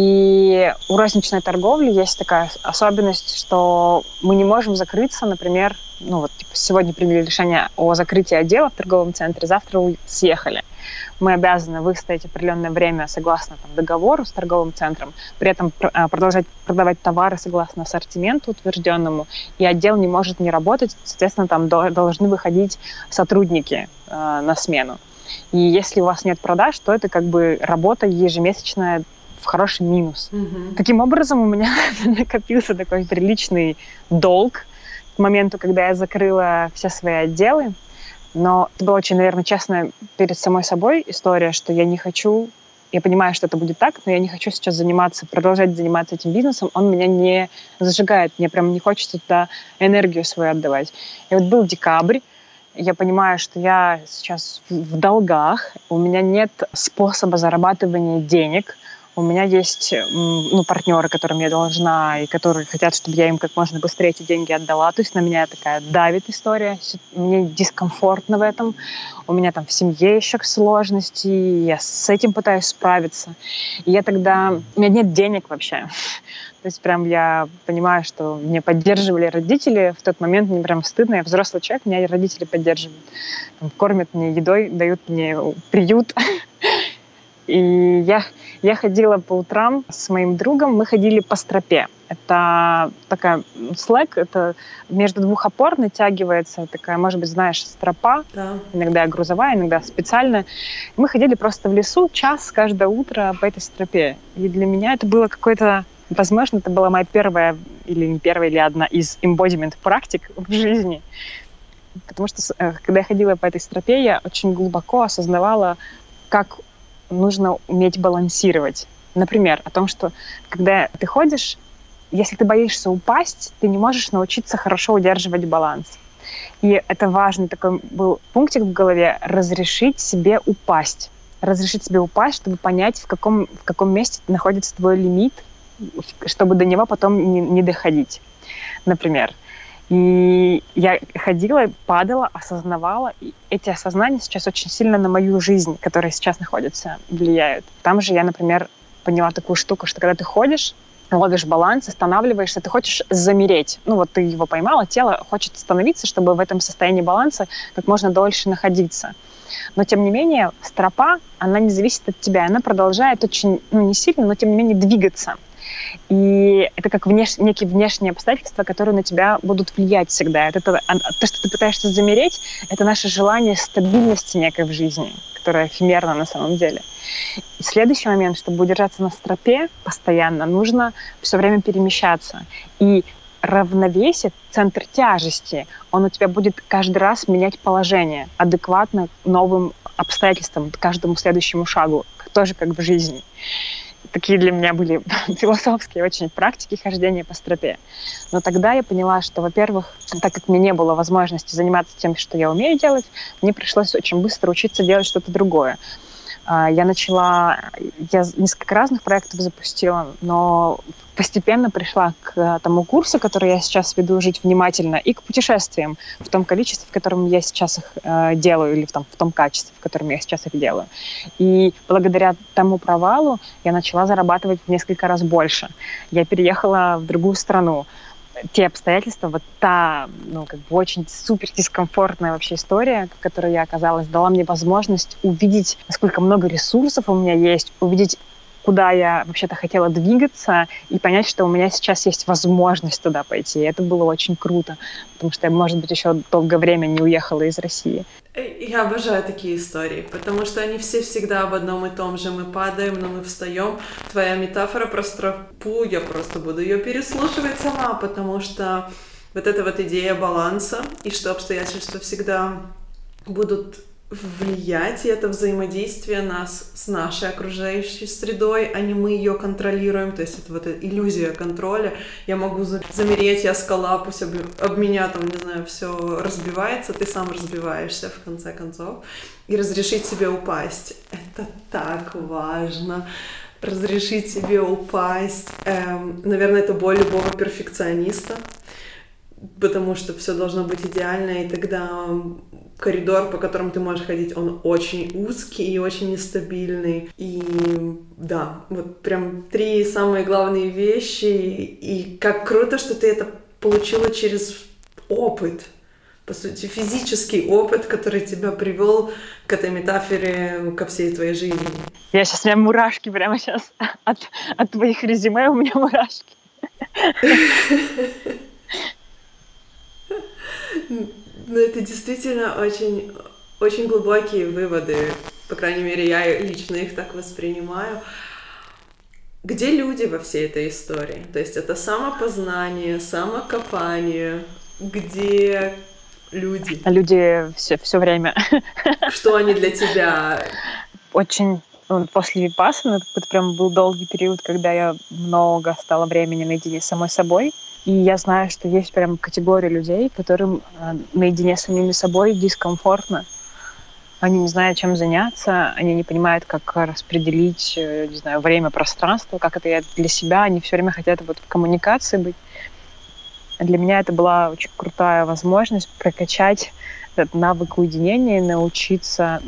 Speaker 2: И у розничной торговли есть такая особенность, что мы не можем закрыться, например, ну вот типа, сегодня приняли решение о закрытии отдела в торговом центре, завтра съехали. Мы обязаны выстоять определенное время согласно там, договору с торговым центром, при этом продолжать продавать товары согласно ассортименту утвержденному, и отдел не может не работать, соответственно, там должны выходить сотрудники э, на смену. И если у вас нет продаж, то это как бы работа ежемесячная в хороший минус. Mm-hmm. Таким образом, у меня накопился такой приличный долг к моменту, когда я закрыла все свои отделы. Но это была очень, наверное, честная перед самой собой история, что я не хочу... Я понимаю, что это будет так, но я не хочу сейчас заниматься, продолжать заниматься этим бизнесом. Он меня не зажигает, мне прям не хочется туда энергию свою отдавать. И вот был декабрь, я понимаю, что я сейчас в долгах, у меня нет способа зарабатывания денег, у меня есть ну, партнеры, которым я должна, и которые хотят, чтобы я им как можно быстрее эти деньги отдала. То есть на меня такая давит история, мне дискомфортно в этом. У меня там в семье еще сложности, я с этим пытаюсь справиться. И я тогда... У меня нет денег вообще. То есть прям я понимаю, что меня поддерживали родители. В тот момент мне прям стыдно. Я взрослый человек, меня родители поддерживают. Там, кормят мне едой, дают мне приют. И я, я ходила по утрам с моим другом, мы ходили по стропе. Это такая слэк, это между двух опор натягивается такая, может быть, знаешь, стропа, да. Иногда грузовая, иногда специальная. Мы ходили просто в лесу час каждое утро по этой стропе. И для меня это было какое-то, возможно, это была моя первая, или не первая, или одна из embodiment практик в жизни. Потому что, когда я ходила по этой стропе, я очень глубоко осознавала, как нужно уметь балансировать. Например, о том, что когда ты ходишь, если ты боишься упасть, ты не можешь научиться хорошо удерживать баланс. И это важный такой был пунктик в голове — разрешить себе упасть. Разрешить себе упасть, чтобы понять, в каком, в каком месте находится твой лимит, чтобы до него потом не, не доходить. Например. И я ходила, падала, осознавала. И эти осознания сейчас очень сильно на мою жизнь, которая сейчас находится, влияют. Там же я, например, поняла такую штуку, что когда ты ходишь, ловишь баланс, останавливаешься, ты хочешь замереть. Ну вот ты его поймала, тело хочет остановиться, чтобы в этом состоянии баланса как можно дольше находиться. Но, тем не менее, стропа, она не зависит от тебя. Она продолжает очень, ну, не сильно, но, тем не менее, двигаться. И это как внеш... некие внешние обстоятельства, которые на тебя будут влиять всегда. Это то, то, что ты пытаешься замереть, это наше желание стабильности некой в жизни, которая эфемерна на самом деле. И следующий момент, чтобы удержаться на стропе постоянно, нужно все время перемещаться. И равновесие, центр тяжести, он у тебя будет каждый раз менять положение адекватно новым обстоятельствам, каждому следующему шагу, тоже как в жизни. Такие для меня были философские очень практики хождения по стропе. Но тогда я поняла, что, во-первых, так как мне не было возможности заниматься тем, что я умею делать, мне пришлось очень быстро учиться делать что-то другое. Я начала, я несколько разных проектов запустила, но постепенно пришла к тому курсу, который я сейчас веду «Жить внимательно», и к путешествиям в том количестве, в котором я сейчас их э, делаю, или в том, в том качестве, в котором я сейчас их делаю. И благодаря тому провалу я начала зарабатывать в несколько раз больше. Я переехала в другую страну. Те обстоятельства, вот та, ну, как бы очень супер дискомфортная вообще история, в которой я оказалась, дала мне возможность увидеть, насколько много ресурсов у меня есть, увидеть, куда я вообще-то хотела двигаться, и понять, что у меня сейчас есть возможность туда пойти. И это было очень круто, потому что я, может быть, еще долгое время не уехала из России.
Speaker 1: Я обожаю такие истории, потому что они все всегда об одном и том же. Мы падаем, но мы встаем. Твоя метафора про стропу, я просто буду ее переслушивать сама, потому что вот эта вот идея баланса, и что обстоятельства всегда будут влиять, и это взаимодействие нас с нашей окружающей средой, а не мы ее контролируем, то есть это вот эта иллюзия контроля. Я могу замереть, я скала, пусть об, об меня там, не знаю, все разбивается, ты сам разбиваешься в конце концов, и разрешить себе упасть. Это так важно. Разрешить себе упасть. Эм, наверное, это боль любого перфекциониста, потому что все должно быть идеально, и тогда коридор, по которому ты можешь ходить, он очень узкий и очень нестабильный. И да, вот прям три самые главные вещи. И как круто, что ты это получила через опыт. По сути, физический опыт, который тебя привел к этой метафоре, ко всей твоей жизни.
Speaker 2: Я сейчас, у меня мурашки прямо сейчас. От, от твоих резюме у меня мурашки.
Speaker 1: Ну, это действительно очень, очень глубокие выводы. По крайней мере, я лично их так воспринимаю. Где люди во всей этой истории? То есть это самопознание, самокопание. Где люди?
Speaker 2: Люди все, все время.
Speaker 1: Что они для тебя?
Speaker 2: Очень... После випассаны это прям был долгий период, когда я много стала времени наедине с самой собой. И я знаю, что есть прям категория людей, которым э, наедине с самими собой дискомфортно. Они не знают, чем заняться, они не понимают, как распределить, э, не знаю, время, пространство, как это для себя. Они все время хотят вот в коммуникации быть. Для меня это была очень крутая возможность прокачать этот навык уединения, научиться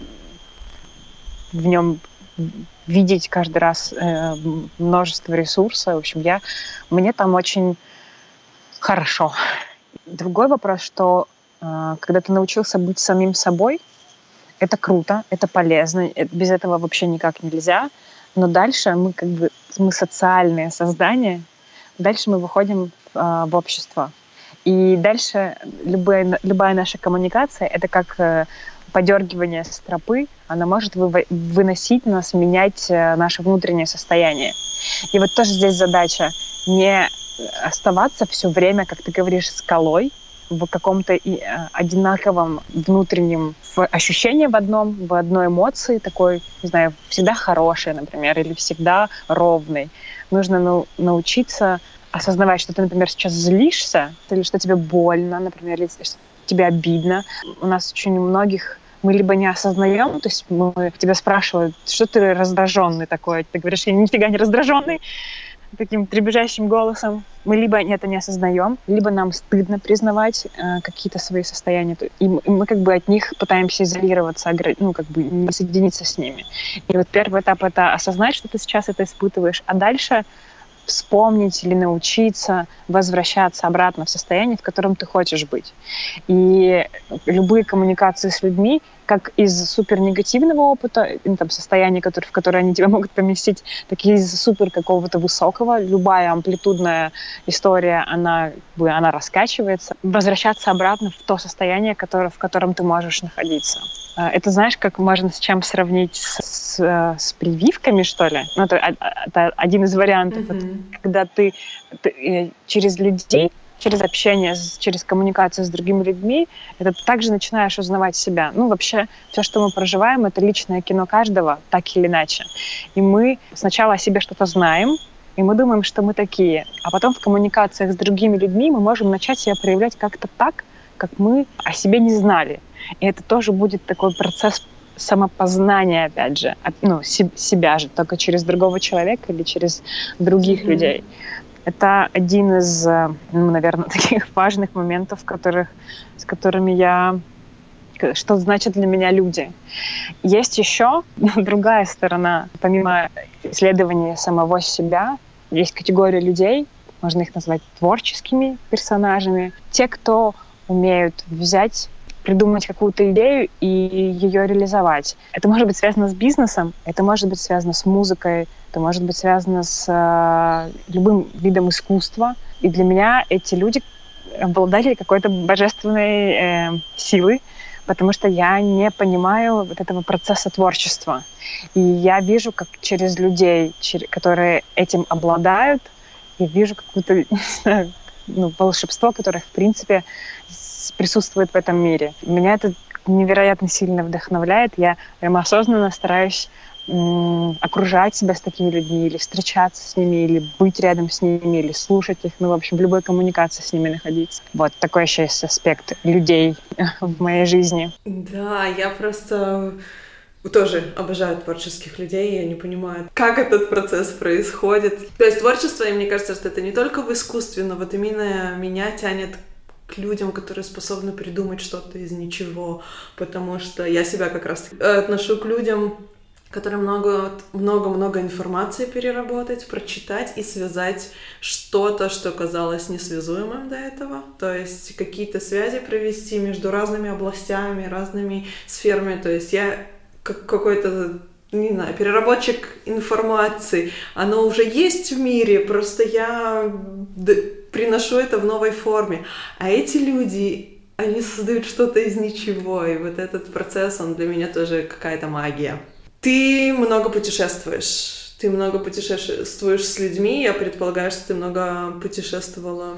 Speaker 2: в нем видеть каждый раз э, множество ресурсов. В общем, я, мне там очень хорошо. Другой вопрос, что э, когда ты научился быть самим собой, это круто, это полезно, это, без этого вообще никак нельзя. Но дальше мы как бы мы социальные создания, дальше мы выходим э, в общество. И дальше любая, любая наша коммуникация — это как э, подергивание стропы, она может вы, выносить нас, менять э, наше внутреннее состояние. И вот тоже здесь задача не оставаться все время, как ты говоришь, скалой в каком-то и, э, одинаковом внутреннем в ощущении в одном, в одной эмоции такой, не знаю, всегда хорошей, например, или всегда ровной. Нужно ну, научиться осознавать, что ты, например, сейчас злишься, или что тебе больно, например, или что тебе обидно. У нас очень у многих мы либо не осознаем, то есть мы, тебя спрашивают, что ты раздраженный такой, ты говоришь, я нифига не раздраженный, таким требежащим голосом. Мы либо это не осознаем, либо нам стыдно признавать э, какие-то свои состояния, и мы, и мы как бы от них пытаемся изолироваться, ну, как бы не соединиться с ними. И вот первый этап — это осознать, что ты сейчас это испытываешь, а дальше вспомнить или научиться возвращаться обратно в состояние, в котором ты хочешь быть. И любые коммуникации с людьми, как из супернегативного опыта, там, состояния, в которое они тебя могут поместить, так и из супер какого-то высокого, любая амплитудная история, она, она раскачивается. Возвращаться обратно в то состояние, которое, в котором ты можешь находиться. Это, знаешь, как можно с чем сравнить? С, с, с прививками, что ли? Ну, это, это один из вариантов. Mm-hmm. Вот, когда ты, ты через людей, через общение, через коммуникацию с другими людьми, это ты также начинаешь узнавать себя. Ну, вообще, все, что мы проживаем, это личное кино каждого, так или иначе. И мы сначала о себе что-то знаем, и мы думаем, что мы такие. А потом в коммуникациях с другими людьми мы можем начать себя проявлять как-то так, как мы о себе не знали. И это тоже будет такой процесс самопознания, опять же, ну, себя же, только через другого человека или через других mm-hmm. людей. Это один из, ну, наверное, таких важных моментов, которых, с которыми я... Что значит для меня люди. Есть еще другая сторона. Помимо исследования самого себя, есть категория людей, можно их назвать творческими персонажами. Те, кто умеют взять, придумать какую-то идею и ее реализовать. Это может быть связано с бизнесом, это может быть связано с музыкой, это может быть связано с э, любым видом искусства. И для меня эти люди обладатели какой-то божественной э, силы, потому что я не понимаю вот этого процесса творчества. И я вижу, как через людей, которые этим обладают, я вижу какое-то, не знаю, ну, волшебство, которое, в принципе, присутствует в этом мире. Меня это невероятно сильно вдохновляет. Я прямо осознанно стараюсь м- окружать себя с такими людьми, или встречаться с ними, или быть рядом с ними, или слушать их, ну, в общем, в любой коммуникации с ними находиться. Вот такой еще есть аспект людей в моей жизни.
Speaker 1: Да, я просто тоже обожаю творческих людей, я не понимаю, как этот процесс происходит. То есть творчество, и мне кажется, что это не только в искусстве, но вот именно меня тянет к людям, которые способны придумать что-то из ничего, потому что я себя как раз отношу к людям, которые много, много-много информации переработать, прочитать и связать что-то, что казалось несвязуемым до этого. То есть какие-то связи провести между разными областями, разными сферами. То есть я как какой-то, не знаю, переработчик информации. Оно уже есть в мире, просто я приношу это в новой форме. А эти люди, они создают что-то из ничего. И вот этот процесс, он для меня тоже какая-то магия. Ты много путешествуешь. Ты много путешествуешь с людьми. Я предполагаю, что ты много путешествовала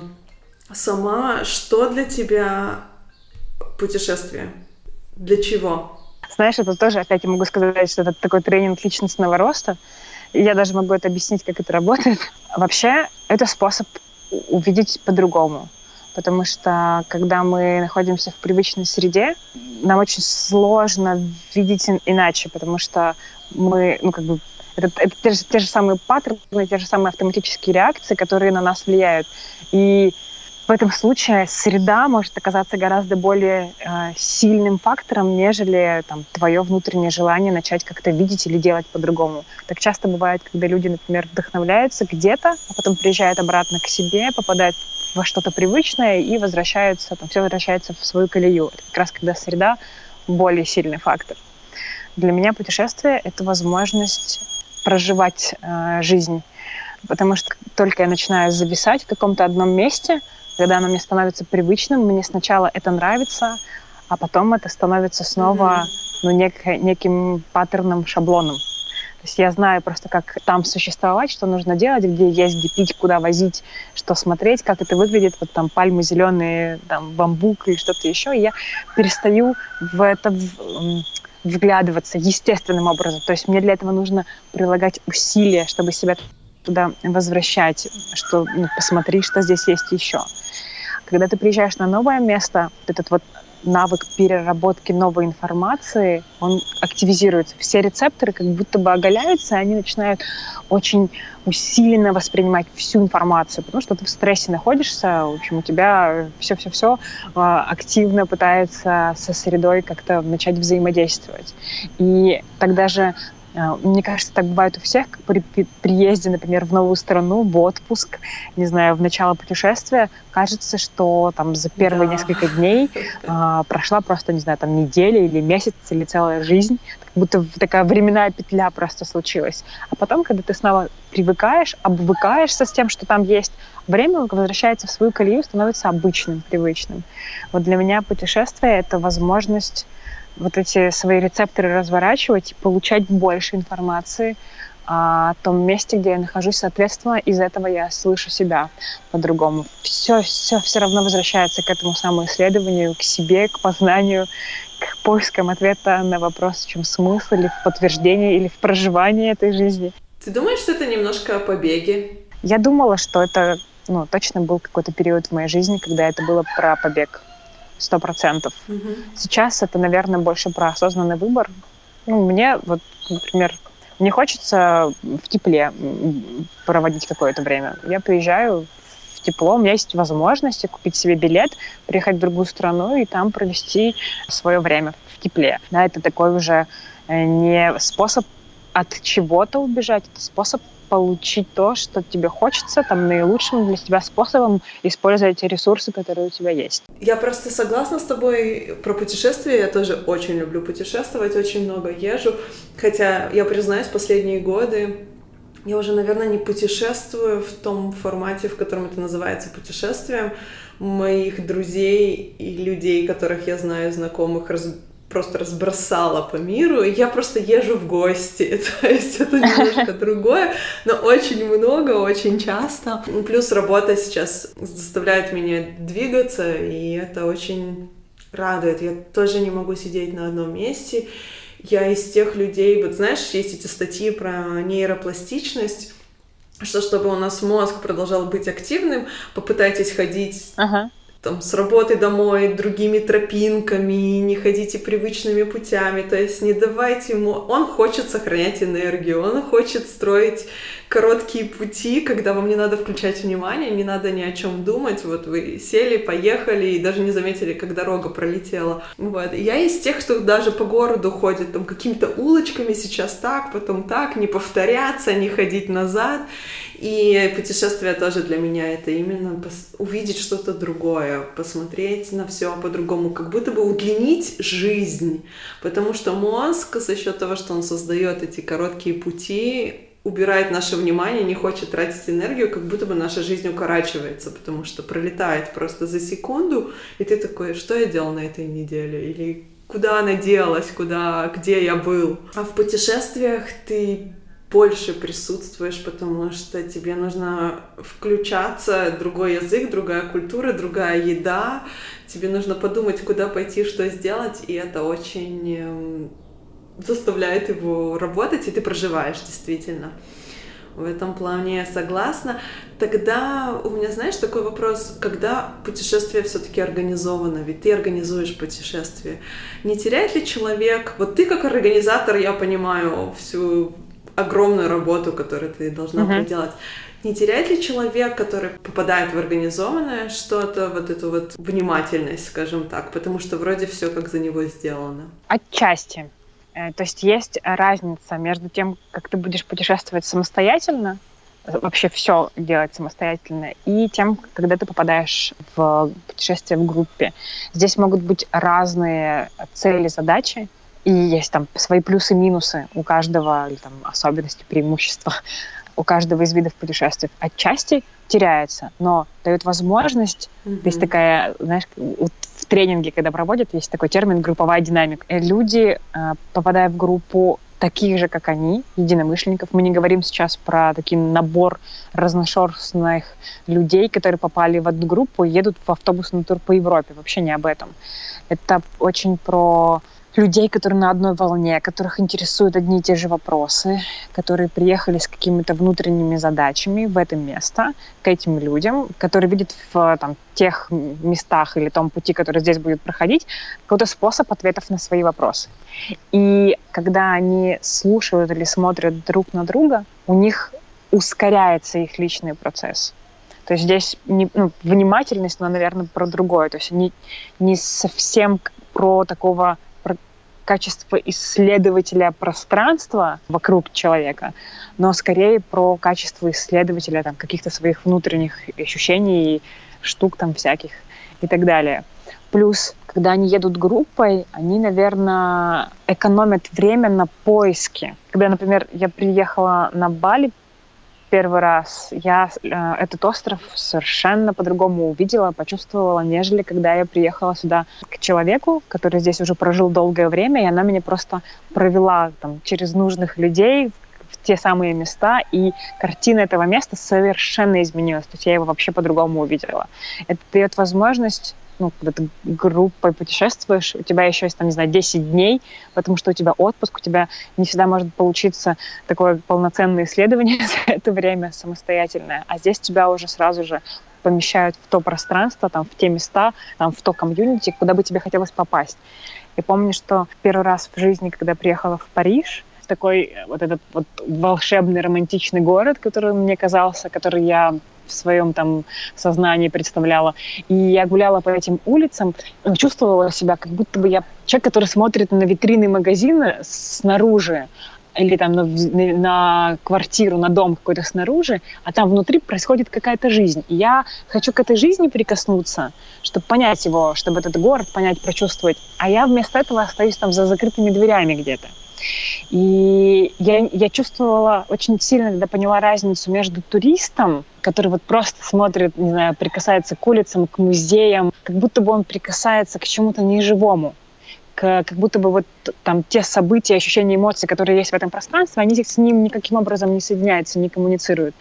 Speaker 1: сама. Что для тебя путешествие? Для чего?
Speaker 2: Знаешь, это тоже, опять я могу сказать, что это такой тренинг личностного роста. И я даже могу это объяснить, как это работает. Вообще, это способ увидеть по-другому. Потому что, когда мы находимся в привычной среде, нам очень сложно видеть иначе, потому что мы, ну, как бы, это, это те, же, те же самые паттерны, те же самые автоматические реакции, которые на нас влияют. И в этом случае среда может оказаться гораздо более э, сильным фактором, нежели там, твое внутреннее желание начать как-то видеть или делать по-другому. Так часто бывает, когда люди, например, вдохновляются где-то, а потом приезжают обратно к себе, попадают во что-то привычное и возвращаются, там, все возвращается в свою колею. Это как раз когда среда более сильный фактор. Для меня путешествие — это возможность проживать э, жизнь, потому что только я начинаю зависать в каком-то одном месте, когда оно мне становится привычным, мне сначала это нравится, а потом это становится снова mm-hmm. ну, нек- неким паттерном, шаблоном. То есть я знаю просто, как там существовать, что нужно делать, где есть, где пить, куда возить, что смотреть, как это выглядит, вот там пальмы зеленые, там бамбук и что-то еще, и я перестаю в это вглядываться естественным образом. То есть мне для этого нужно прилагать усилия, чтобы себя туда возвращать, что ну, посмотри, что здесь есть еще. Когда ты приезжаешь на новое место, этот вот навык переработки новой информации, он активизируется. Все рецепторы как будто бы оголяются, и они начинают очень усиленно воспринимать всю информацию, потому что ты в стрессе находишься, в общем, у тебя все-все-все активно пытается со средой как-то начать взаимодействовать. И тогда же Мне кажется, так бывает у всех при приезде, например, в новую страну, в отпуск, не знаю, в начало путешествия. Кажется, что там за первые да. несколько дней а, прошла просто, не знаю, там неделя или месяц, или целая жизнь. Как будто такая временная петля просто случилась. А потом, когда ты снова привыкаешь, обвыкаешься с тем, что там есть, время возвращается в свою колею, становится обычным, привычным. Вот для меня путешествие — это возможность вот эти свои рецепторы разворачивать и получать больше информации о том месте, где я нахожусь. Соответственно, из этого я слышу себя по-другому. Все, все, все равно возвращается к этому самоисследованию, к себе, к познанию, к поискам ответа на вопрос, в чем смысл, или в подтверждении, или в проживании этой жизни.
Speaker 1: Ты думаешь, что это немножко о побеге?
Speaker 2: Я думала, что это, ну, точно был какой-то период в моей жизни, когда это было про побег. Сто процентов. Mm-hmm. Сейчас это, наверное, больше про осознанный выбор. Ну, мне, вот, например, мне хочется в тепле проводить какое-то время. Я приезжаю в тепло, у меня есть возможность купить себе билет, приехать в другую страну и там провести свое время в тепле. Да, это такой уже не способ от чего-то убежать, это способ получить то, что тебе хочется, там, наилучшим для тебя способом, используя те ресурсы, которые у тебя есть.
Speaker 1: Я просто согласна с тобой про путешествия. Я тоже очень люблю путешествовать, очень много езжу. Хотя, я признаюсь, последние годы я уже, наверное, не путешествую в том формате, в котором это называется путешествием. Моих друзей и людей, которых я знаю, знакомых, раз... просто разбросала по миру, и я просто езжу в гости, то есть это немножко другое, но очень много, очень часто. Плюс работа сейчас заставляет меня двигаться, и это очень радует. Я тоже не могу сидеть на одном месте. Я из тех людей, вот знаешь, есть эти статьи про нейропластичность, что чтобы у нас мозг продолжал быть активным, попытайтесь ходить... Ага. Там, с работы домой, другими тропинками, не ходите привычными путями, то есть не давайте ему... Он хочет сохранять энергию, он хочет строить короткие пути, когда вам не надо включать внимание, не надо ни о чем думать, вот вы сели, поехали и даже не заметили, как дорога пролетела. Вот. Я из тех, кто даже по городу ходит там какими-то улочками, сейчас так, потом так, не повторяться, не ходить назад. И путешествие тоже для меня это именно пос- увидеть что-то другое, посмотреть на все по-другому, как будто бы удлинить жизнь, потому что мозг за счет того, что он создает эти короткие пути, убирает наше внимание, не хочет тратить энергию, как будто бы наша жизнь укорачивается, потому что пролетает просто за секунду, и ты такой, что я делал на этой неделе, или куда она делась, куда, где я был. А в путешествиях ты больше присутствуешь, потому что тебе нужно включаться, другой язык, другая культура, другая еда, тебе нужно подумать, куда пойти, что сделать, и это очень заставляет его работать, и ты проживаешь действительно. В этом плане я согласна. Тогда у меня, знаешь, такой вопрос, когда путешествие все-таки организовано, ведь ты организуешь путешествие, не теряет ли человек, вот ты как организатор, я понимаю всю огромную работу, которую ты должна uh-huh. проделать. Не теряет ли человек, который попадает в организованное что-то, вот эту вот внимательность, скажем так, потому что вроде все как за него сделано?
Speaker 2: Отчасти. То есть есть разница между тем, как ты будешь путешествовать самостоятельно, вообще все делать самостоятельно, и тем, когда ты попадаешь в путешествие в группе. Здесь могут быть разные цели, задачи, и есть там свои плюсы и минусы у каждого, или там особенности, преимущества у каждого из видов путешествий. Отчасти теряется, но дает возможность, mm-hmm. есть такая, знаешь, в тренинге, когда проводят, есть такой термин групповая динамика. Люди, попадая в группу таких же, как они, единомышленников, мы не говорим сейчас про такой набор разношерстных людей, которые попали в одну группу и едут в автобусный тур по Европе, вообще не об этом. Это очень про людей, которые на одной волне, которых интересуют одни и те же вопросы, которые приехали с какими-то внутренними задачами в это место, к этим людям, которые видят в там, тех местах или том пути, который здесь будет проходить, какой-то способ ответов на свои вопросы. И когда они слушают или смотрят друг на друга, у них ускоряется их личный процесс. То есть здесь не, ну, внимательность, но, наверное, про другое. То есть не, не совсем про такого качество исследователя пространства вокруг человека, но скорее про качество исследователя там, каких-то своих внутренних ощущений, штук там всяких и так далее. Плюс, когда они едут группой, они, наверное, экономят время на поиске. Когда, например, я приехала на Бали первый раз, я э, этот остров совершенно по-другому увидела, почувствовала, нежели когда я приехала сюда к человеку, который здесь уже прожил долгое время, и она меня просто провела там, через нужных людей в те самые места, и картина этого места совершенно изменилась. То есть я его вообще по-другому увидела. Это дает возможность, ну, когда ты группой путешествуешь, у тебя еще есть, там, не знаю, десять дней, потому что у тебя отпуск, у тебя не всегда может получиться такое полноценное исследование за это время самостоятельное, а здесь тебя уже сразу же помещают в то пространство, там, в те места, там, в то комьюнити, куда бы тебе хотелось попасть. Я помню, что первый раз в жизни, когда приехала в Париж, такой вот этот вот волшебный романтичный город, который мне казался, который я в своем там сознании представляла. И я гуляла по этим улицам, чувствовала себя, как будто бы я человек, который смотрит на витрины магазина снаружи, или там на, на квартиру, на дом какой-то снаружи, а там внутри происходит какая-то жизнь. И я хочу к этой жизни прикоснуться, чтобы понять его, чтобы этот город понять, прочувствовать. А я вместо этого остаюсь там за закрытыми дверями где-то. И я, я чувствовала очень сильно, когда поняла разницу между туристом, который вот просто смотрит, не знаю, прикасается к улицам, к музеям, как будто бы он прикасается к чему-то неживому, к, как будто бы вот там те события, ощущения, эмоции, которые есть в этом пространстве, они с ним никаким образом не соединяются, не коммуницируют.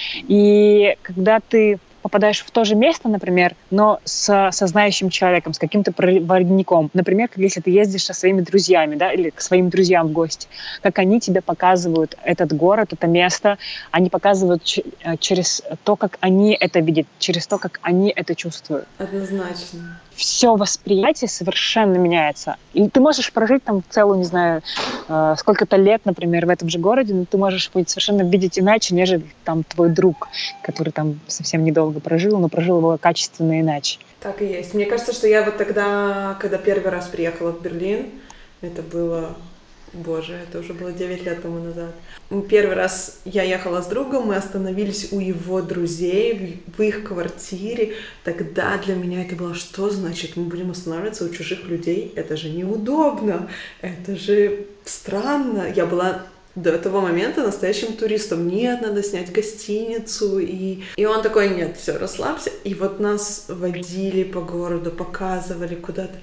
Speaker 2: И когда ты попадаешь в то же место, например, но с, со знающим человеком, с каким-то проводником. Например, как если ты ездишь со своими друзьями, да, или к своим друзьям в гости, как они тебе показывают этот город, это место, они показывают ч- через то, как они это видят, через то, как они это чувствуют.
Speaker 1: Однозначно.
Speaker 2: Все восприятие совершенно меняется. И ты можешь прожить там целую, не знаю, э, сколько-то лет, например, в этом же городе, но ты можешь быть совершенно видеть иначе, нежели там твой друг, который там совсем недолго прожил, но прожил его качественно иначе.
Speaker 1: Так и есть. Мне кажется, что я вот тогда, когда первый раз приехала в Берлин, это было... Боже, это уже было девять лет тому назад. Первый раз я ехала с другом, мы остановились у его друзей, в их квартире. Тогда для меня это было, что значит, мы будем останавливаться у чужих людей? Это же неудобно, это же странно. Я была до этого момента настоящим туристом. Нет, надо снять гостиницу. И, и он такой, нет, все, расслабься. И вот нас водили по городу, показывали куда-то.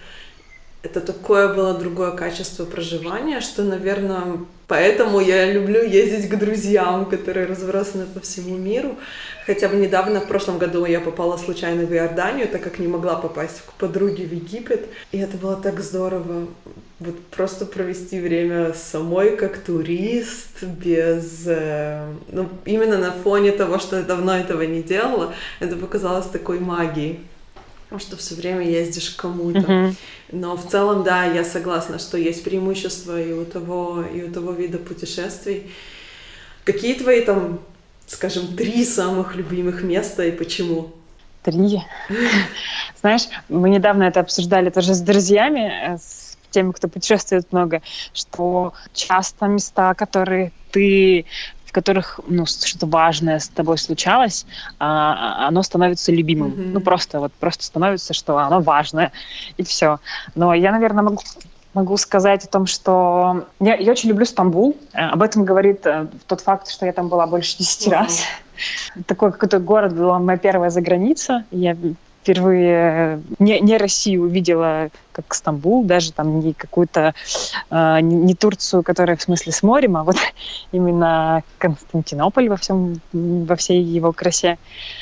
Speaker 1: Это такое было другое качество проживания, что, наверное, поэтому я люблю ездить к друзьям, которые разбросаны по всему миру. Хотя бы недавно, в прошлом году, я попала случайно в Иорданию, так как не могла попасть к подруге в Египет. И это было так здорово. Вот просто провести время самой как турист, без... Ну, именно на фоне того, что я давно этого не делала, это показалось такой магией. Потому что все время ездишь к кому-то. Uh-huh. Но в целом, да, я согласна, что есть преимущества и у того, и у того вида путешествий. Какие твои там, скажем, три самых любимых места и почему?
Speaker 2: Три? Знаешь, мы недавно это обсуждали тоже с друзьями, с теми, кто путешествует много, что часто места, которые ты... в которых ну, что-то важное с тобой случалось, а, оно становится любимым. Mm-hmm. Ну, просто вот просто становится, что оно важное, и все. Но я, наверное, могу, могу сказать о том, что... Я, я очень люблю Стамбул. Об этом говорит тот факт, что я там была больше десяти mm-hmm. раз. Такой какой-то город была моя первая заграница. Я впервые не, не Россию увидела как Стамбул, даже там не какую-то, э, не, не Турцию, которая в смысле с морем, а вот именно Константинополь во всем, во всей его красе.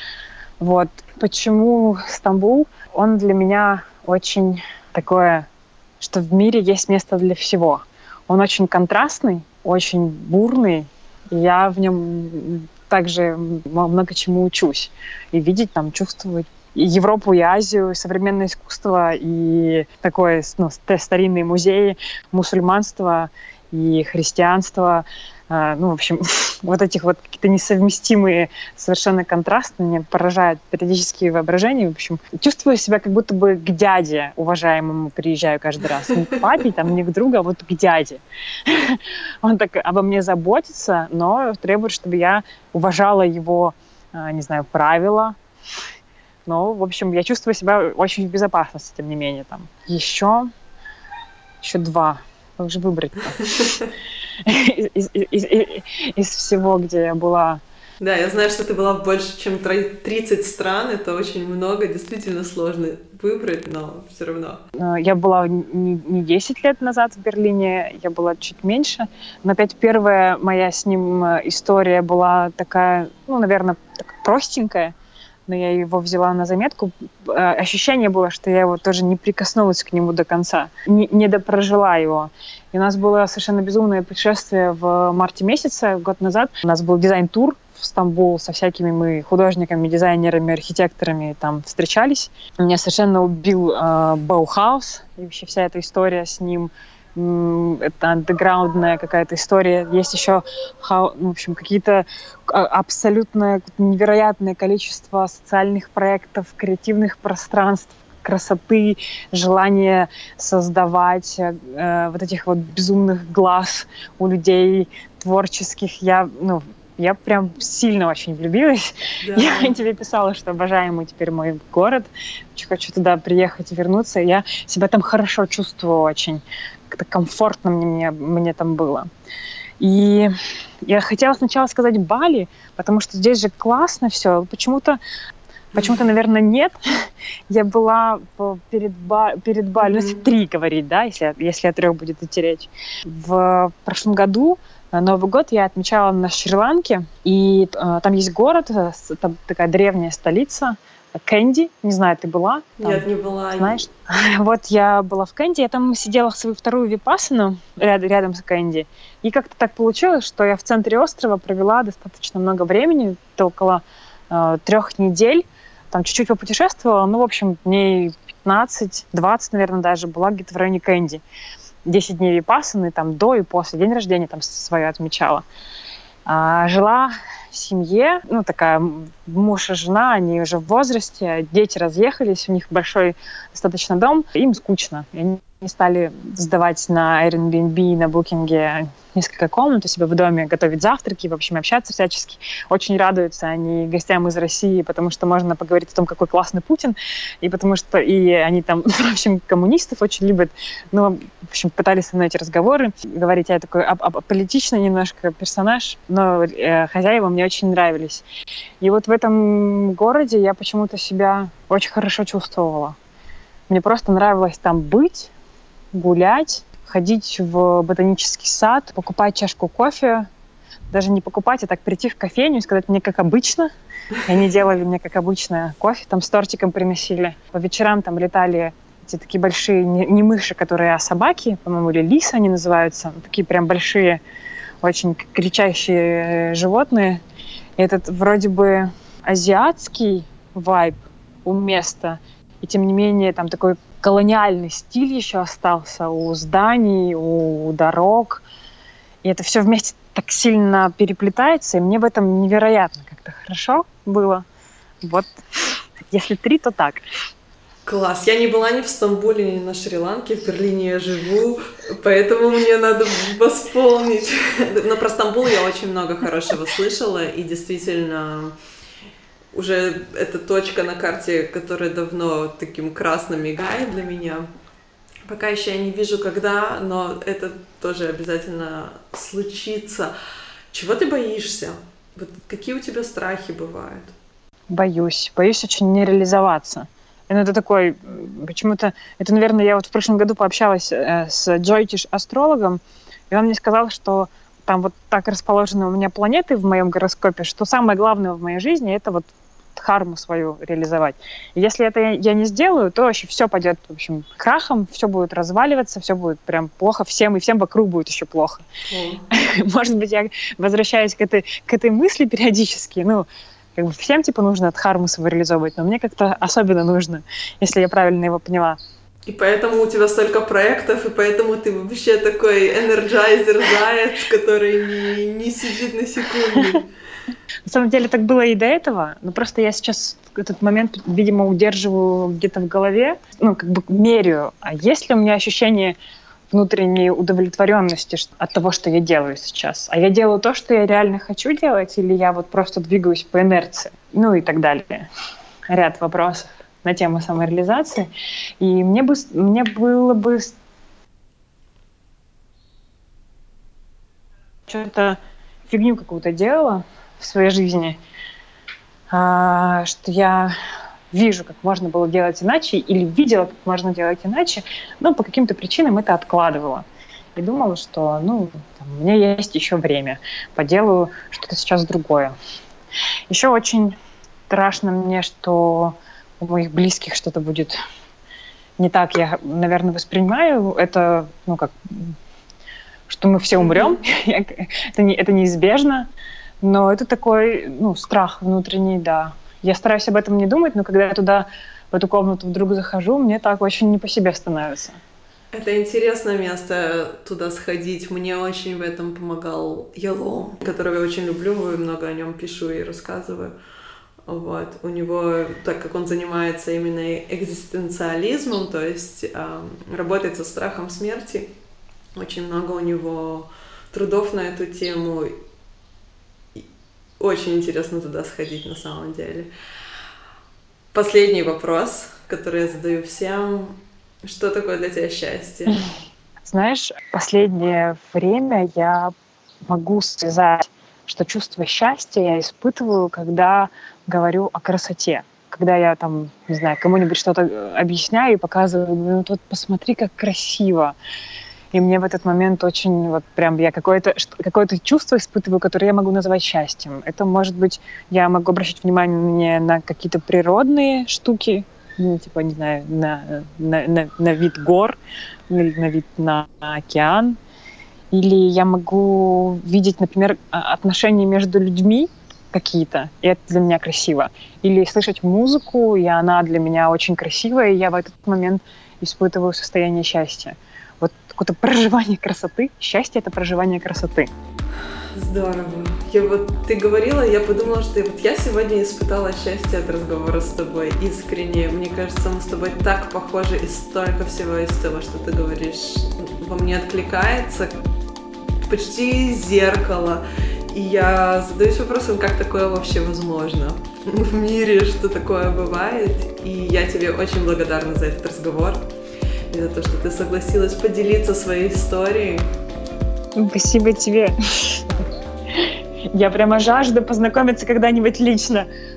Speaker 2: Вот. Почему Стамбул? Он для меня очень такое, что в мире есть место для всего. Он очень контрастный, очень бурный, и я в нем также много чему учусь. И видеть, там, чувствовать и Европу, и Азию, и современное искусство, и такое, ну, старинные музеи, мусульманство и христианство. ну, в общем, вот этих вот какие-то несовместимые совершенно контрасты меня поражают периодически воображение. В общем, чувствую себя как будто бы к дяде уважаемому приезжаю каждый раз. Не к папе, там, не к другу, а вот к дяде. Он так обо мне заботится, но требует, чтобы я уважала его, не знаю, правила. Но, в общем, я чувствую себя очень в безопасности, тем не менее. Там. Еще, еще два. Как же выбрать-то? Из, из, из, из всего, где я была.
Speaker 1: Да, я знаю, что ты была в больше, чем тридцать стран. Это очень много, действительно сложно выбрать, но все равно.
Speaker 2: Я была не, не десять лет назад в Берлине, я была чуть меньше. Но опять первая моя с ним история была такая, ну, наверное, так простенькая. Но я его взяла на заметку. Ощущение было, что я его тоже не прикоснулась к нему до конца, не, не допрожила его. И у нас было совершенно безумное путешествие в марте месяце, год назад. У нас был дизайн-тур в Стамбул со всякими мы художниками, дизайнерами, архитекторами там встречались. Меня совершенно убил э, Баухаус и вообще вся эта история с ним. Это андеграундная какая-то история. Есть еще, в общем, какие-то абсолютно невероятное количество социальных проектов, креативных пространств, красоты, желание создавать э, вот этих вот безумных глаз у людей творческих. Я, ну, я прям сильно очень влюбилась. Да. Я тебе писала, что обожаемый теперь мой город. Очень хочу туда приехать и вернуться. Я себя там хорошо чувствую очень. Как-то комфортно мне, мне там было. И я хотела сначала сказать Бали, потому что здесь же классно все. Почему-то, почему-то, наверное, нет. Я была перед, ба, перед Бали, ну, если три говорить, да, если, если о трех будет идти речь. В прошлом году Новый год я отмечала на Шри-Ланке, и э, там есть город, там такая древняя столица, Кэнди, не знаю, ты была?
Speaker 1: Там, Нет, не была.
Speaker 2: Знаешь? Вот я была в Кэнди, я там сидела в свою вторую випассану ряд, рядом с Кэнди, и как-то так получилось, что я в центре острова провела достаточно много времени, около э, трех недель, там чуть-чуть попутешествовала, ну, в общем, дней пятнадцать-двадцать, наверное, даже была где-то в районе Кэнди. десять дней випассаны, там до и после, день рождения там свое отмечала. А, жила в семье, ну, такая муж и жена, они уже в возрасте, дети разъехались, у них большой достаточно дом, им скучно. И они стали сдавать на Airbnb, на букинге несколько комнат у себя в доме, готовить завтраки, в общем, общаться всячески. Очень радуются они гостям из России, потому что можно поговорить о том, какой классный Путин, и потому что и они там, в общем, коммунистов очень любят. Ну, в общем, пытались со мной эти разговоры говорить. Я такой аполитичный немножко персонаж, но э, хозяева мне очень нравились. И вот в этом городе я почему-то себя очень хорошо чувствовала. Мне просто нравилось там быть, гулять, ходить в ботанический сад, покупать чашку кофе, даже не покупать, а так прийти в кофейню и сказать мне как обычно. И они делали мне как обычно кофе, там с тортиком приносили. По вечерам там летали эти такие большие, не, не мыши, которые, а собаки, по-моему, или лисы они называются. Такие прям большие, очень кричащие животные. И этот вроде бы азиатский вайб у места, и тем не менее там такой колониальный стиль еще остался у зданий, у дорог. И это все вместе так сильно переплетается, и мне в этом невероятно как-то хорошо было. Вот, если три, то так.
Speaker 1: Класс. Я не была ни в Стамбуле, ни на Шри-Ланке, в Берлине я живу, поэтому мне надо восполнить. Но про Стамбул я очень много хорошего слышала, и действительно уже эта точка на карте, которая давно таким красным мигает для меня. Пока еще я не вижу, когда, но это тоже обязательно случится. Чего ты боишься? Вот какие у тебя страхи бывают?
Speaker 2: Боюсь. Боюсь очень не реализоваться. Ну, это такой, почему-то, это, наверное, я вот в прошлом году пообщалась э, с Джойтиш-астрологом, и он мне сказал, что там вот так расположены у меня планеты в моем гороскопе, что самое главное в моей жизни — это вот дхарму свою реализовать. И если это я не сделаю, то вообще все пойдет, в общем, крахом, все будет разваливаться, все будет прям плохо всем, и всем вокруг будет еще плохо. Mm. Может быть, я возвращаюсь к этой, к этой мысли периодически, ну, как бы всем, типа, нужно дхарму свою реализовывать, но мне как-то особенно нужно, если я правильно его поняла.
Speaker 1: И поэтому у тебя столько проектов, и поэтому ты вообще такой энерджайзер-заяц, который не, не сидит на секунду.
Speaker 2: На самом деле так было и до этого, но просто я сейчас этот момент, видимо, удерживаю где-то в голове, ну, как бы меряю. А есть ли у меня ощущение внутренней удовлетворенности от того, что я делаю сейчас? А я делаю то, что я реально хочу делать, или я вот просто двигаюсь по инерции? Ну и так далее. Ряд вопросов на тему самореализации. И мне, бы, мне было бы что-то фигню какую-то делала в своей жизни, а, что я вижу, как можно было делать иначе, или видела, как можно делать иначе, но по каким-то причинам это откладывала. И думала, что ну, там, у меня есть еще время, поделаю что-то сейчас другое. Еще очень страшно мне, что у моих близких что-то будет не так, я, наверное, воспринимаю. Это, ну, как, что мы все умрем. это, не, это неизбежно. Но это такой, ну, страх внутренний, да. Я стараюсь об этом не думать, но когда я туда, в эту комнату вдруг захожу, мне так очень не по себе становится.
Speaker 1: Это интересное место туда сходить. Мне очень в этом помогал Яло, которого я очень люблю, и много о нем пишу и рассказываю. Вот. У него, так как он занимается именно экзистенциализмом, то есть э, работает со страхом смерти, очень много у него трудов на эту тему. Очень интересно туда сходить на самом деле. Последний вопрос, который я задаю всем. Что такое для тебя счастье?
Speaker 2: Знаешь, последнее время я могу связать, что чувство счастья я испытываю, когда говорю о красоте. Когда я там, не знаю, кому-нибудь что-то объясняю и показываю, ну вот посмотри, как красиво. И мне в этот момент очень, вот прям я какое-то, какое-то чувство испытываю, которое я могу назвать счастьем. Это может быть, я могу обращать внимание на какие-то природные штуки, ну, типа, не знаю, на, на, на, на вид гор, или на вид на океан. Или я могу видеть, например, отношения между людьми какие-то, и это для меня красиво. Или слышать музыку, и она для меня очень красивая, и я в этот момент испытываю состояние счастья. Вот какое-то проживание красоты. Счастье — это проживание красоты.
Speaker 1: Здорово. Я вот, ты говорила, я подумала, что вот я сегодня испытала счастье от разговора с тобой искренне. Мне кажется, мы с тобой так похожи, и столько всего из того, что ты говоришь, во мне откликается, почти зеркало. И я задаюсь вопросом, как такое вообще возможно в мире, что такое бывает. И я тебе очень благодарна за этот разговор и за то, что ты согласилась поделиться своей историей.
Speaker 2: Спасибо тебе. Я прямо жажду познакомиться когда-нибудь лично.